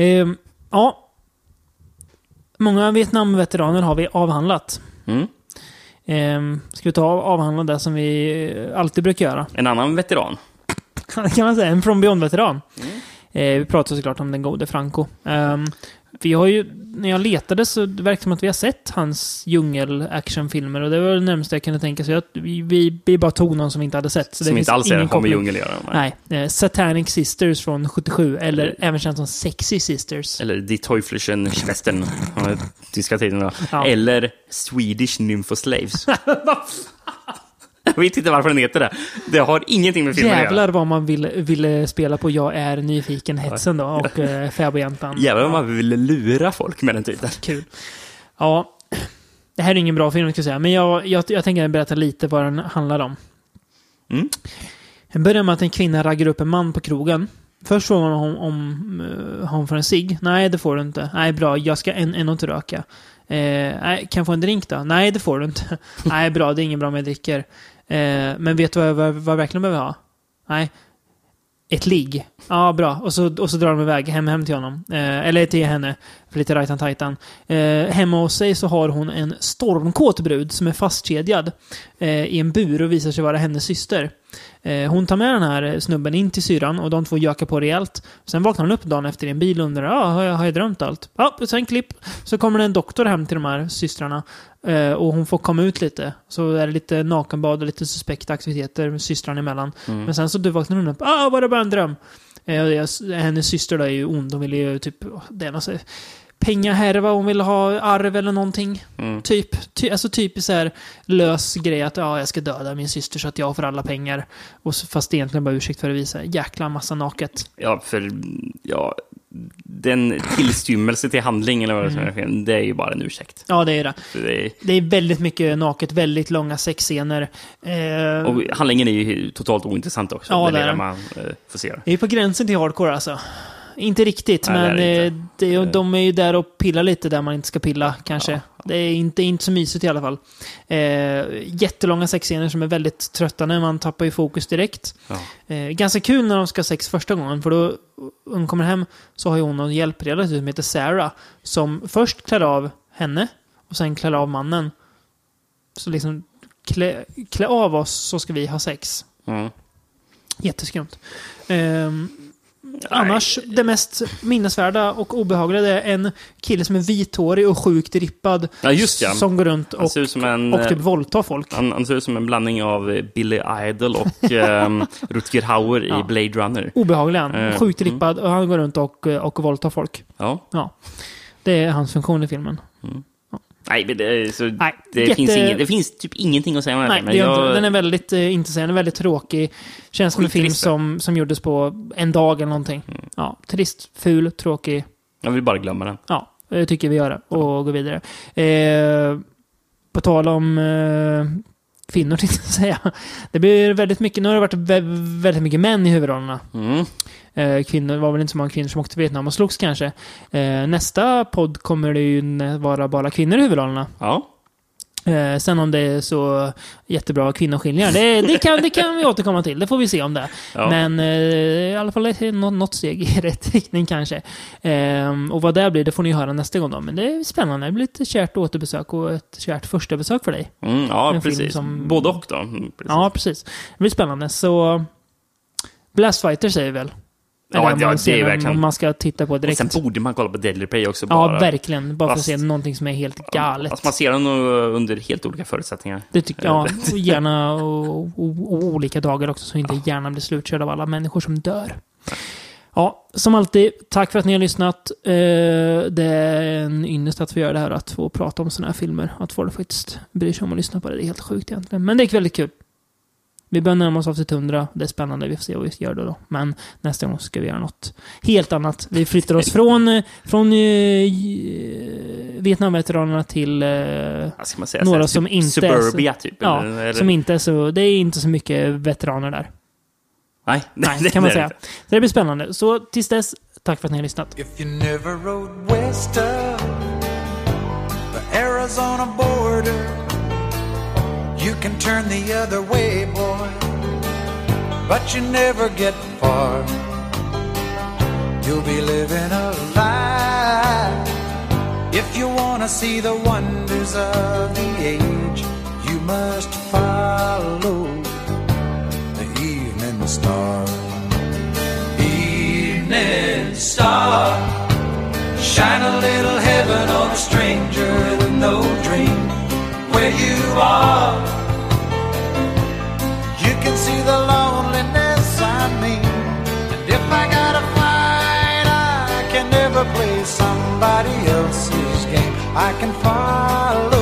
Många Vietnam-veteraner har vi avhandlat. Ska vi avhandla det som vi alltid brukar göra? En annan veteran. Kan man säga. En From Beyond-veteran. Vi pratar såklart om den gode Franco. Vi har ju, när jag letade så det verkar som att vi har sett hans djungel-actionfilmer och det var det närmaste jag kunde tänka sig att vi bara tog någon som vi inte hade sett. Så som det inte alls har med djungel att göra. Nej. Satanic Sisters från 77 eller även känt som Sexy Sisters. Eller Die Teuflischen Schwestern tyska tiden. Ja. Eller Swedish Nympho Slaves. Jag vet inte varför den heter det. Det har ingenting med filmen att göra. Jävlar vad man ville spela på Jag är nyfiken hetsen då och Fäbodjäntan. Jävlar vad man ville lura folk med den titeln. Kul. Ja, det här är ingen bra film ska jag säga. Men jag tänker berätta lite vad den handlar om. Jag börjar med att en kvinna raggar upp en man på krogen. Först frågar hon om hon får en cigg. Nej, det får du inte. Nej, bra. Jag ska ännu inte röka. Nej, kan jag få en drink då? Nej, det får du inte. Nej, bra. Det är ingen bra med jag dricker. Men vet du vad jag verkligen behöver ha? Nej. Ett ligg. Ja, bra. Och så drar de iväg hem till honom. Eller till henne. För lite rajtan-tajtan. Hemma hos sig så har hon en stormkåt brud som är fastkedjad i en bur och visar sig vara hennes syster. Hon tar med den här snubben in till syran och de två gökar på rejält. Sen vaknar hon upp dagen efter i en bil och undrar, har jag drömt allt? Ja, sen klipp. Så kommer det en doktor hem till de här systrarna och hon får komma ut lite. Så är det lite nakenbad och lite suspekta aktiviteter med systrarna emellan. Men sen så vaknar hon upp. Var det bara en dröm? Hennes syster då är ju ond. Hon vill ju typ... Det är något pengahärva, hon vill ha arv eller någonting. Alltså typiskt så här lös grej att jag ska döda min syster så att jag får alla pengar. Och fast egentligen bara ursäkt för att visa jäkla massa naket. Ja, för den tillstymmelse till handling eller vad det är, det är ju bara en ursäkt. Ja, det är det. Det är väldigt mycket naket, väldigt långa sexscener. Och handlingen är ju totalt ointressant också. Ja, det är det man får se. Det är på gränsen till hardcore alltså. Inte riktigt, nej, men de är ju där och pillar lite där man inte ska pilla, kanske. Ja. Det är inte så mysigt i alla fall. Jättelånga sexscener som är väldigt tröttande. Man tappar ju fokus direkt. Ja. Ganska kul när de ska ha sex första gången. För då hon kommer hem så har ju hon någon hjälpreda som heter Sarah. Som först klär av henne och sen klär av mannen. Så liksom klä av oss så ska vi ha sex. Jätteskumt. Annars, det mest minnesvärda och obehagliga är en kille som är vithårig och sjukt rippad. Ja, just det. Som går runt och typ våldtar folk. Han ser ut som en blandning av Billy Idol och Rutger Hauer i Blade Runner. Obehaglig han. Sjukt rippad och han går runt och våldtar folk. Ja. Det är hans funktion i filmen. Nej, men det finns typ ingenting att säga om det. Nej, den är väldigt intressant, väldigt tråkig. Känns som en film som gjordes på en dag eller någonting. Ja, trist, ful, tråkig. Jag vill bara glömma den. Ja, det tycker vi gör det. Och gå vidare. På tal om kvinnor, tänkte jag säga. Det blir väldigt mycket, nu har det varit väldigt mycket män i huvudrollerna. Kvinnor, var väl inte så många kvinnor som åkte till Vietnam och slogs kanske. Nästa podd kommer det ju vara bara kvinnor i huvudrollerna. Ja. Sen om det är så jättebra kvinnoskildringar, det kan vi återkomma till. Det får vi se om det. Ja. Men i alla fall något steg i rätt riktning kanske. Och vad det blir, det får ni höra nästa gång då. Men det är spännande. Det blir ett kärt återbesök och ett kärt första besök för dig. Ja, precis. Både och då. Precis. Ja, precis. Det blir spännande. Så Blast Fighter säger vi väl. Ja, det är verkligen. Om man ska titta på direkt. Och sen borde man kolla på Deadly Prey också. Bara. Ja, verkligen. Bara för att se någonting som är helt galet. Fast man ser den under helt olika förutsättningar. Det tycker jag. Och gärna och olika dagar också, så inte gärna blir slutkörd av alla människor som dör. Ja, som alltid, tack för att ni har lyssnat. Det är en ynnest att få göra det här, att få prata om såna här filmer. Att folk faktiskt bryr sig om att lyssna på det. Det är helt sjukt egentligen. Men det är väldigt kul. Vi börjar närma oss avsnitt 100. Det är spännande. Vi får se vad vi gör då. Men nästa gång ska vi göra något helt annat. Vi flyttar oss från Vietnamveteranerna till några som inte Suburbia typ. Ja, eller? Som inte är så... Det är inte så mycket veteraner där. Nej, kan man säga. Så det blir spännande. Så tills dess, tack för att ni har lyssnat. If you never rode west of the Arizona border, you can turn the other way, boy, but you never get far. You'll be living a lie. If you want to see the wonders of the age, you must follow the evening star. Evening star, shine a little heaven on a stranger with no dream where you are. You can see the loneliness I mean. And if I gotta fight, I can never play somebody else's game. I can follow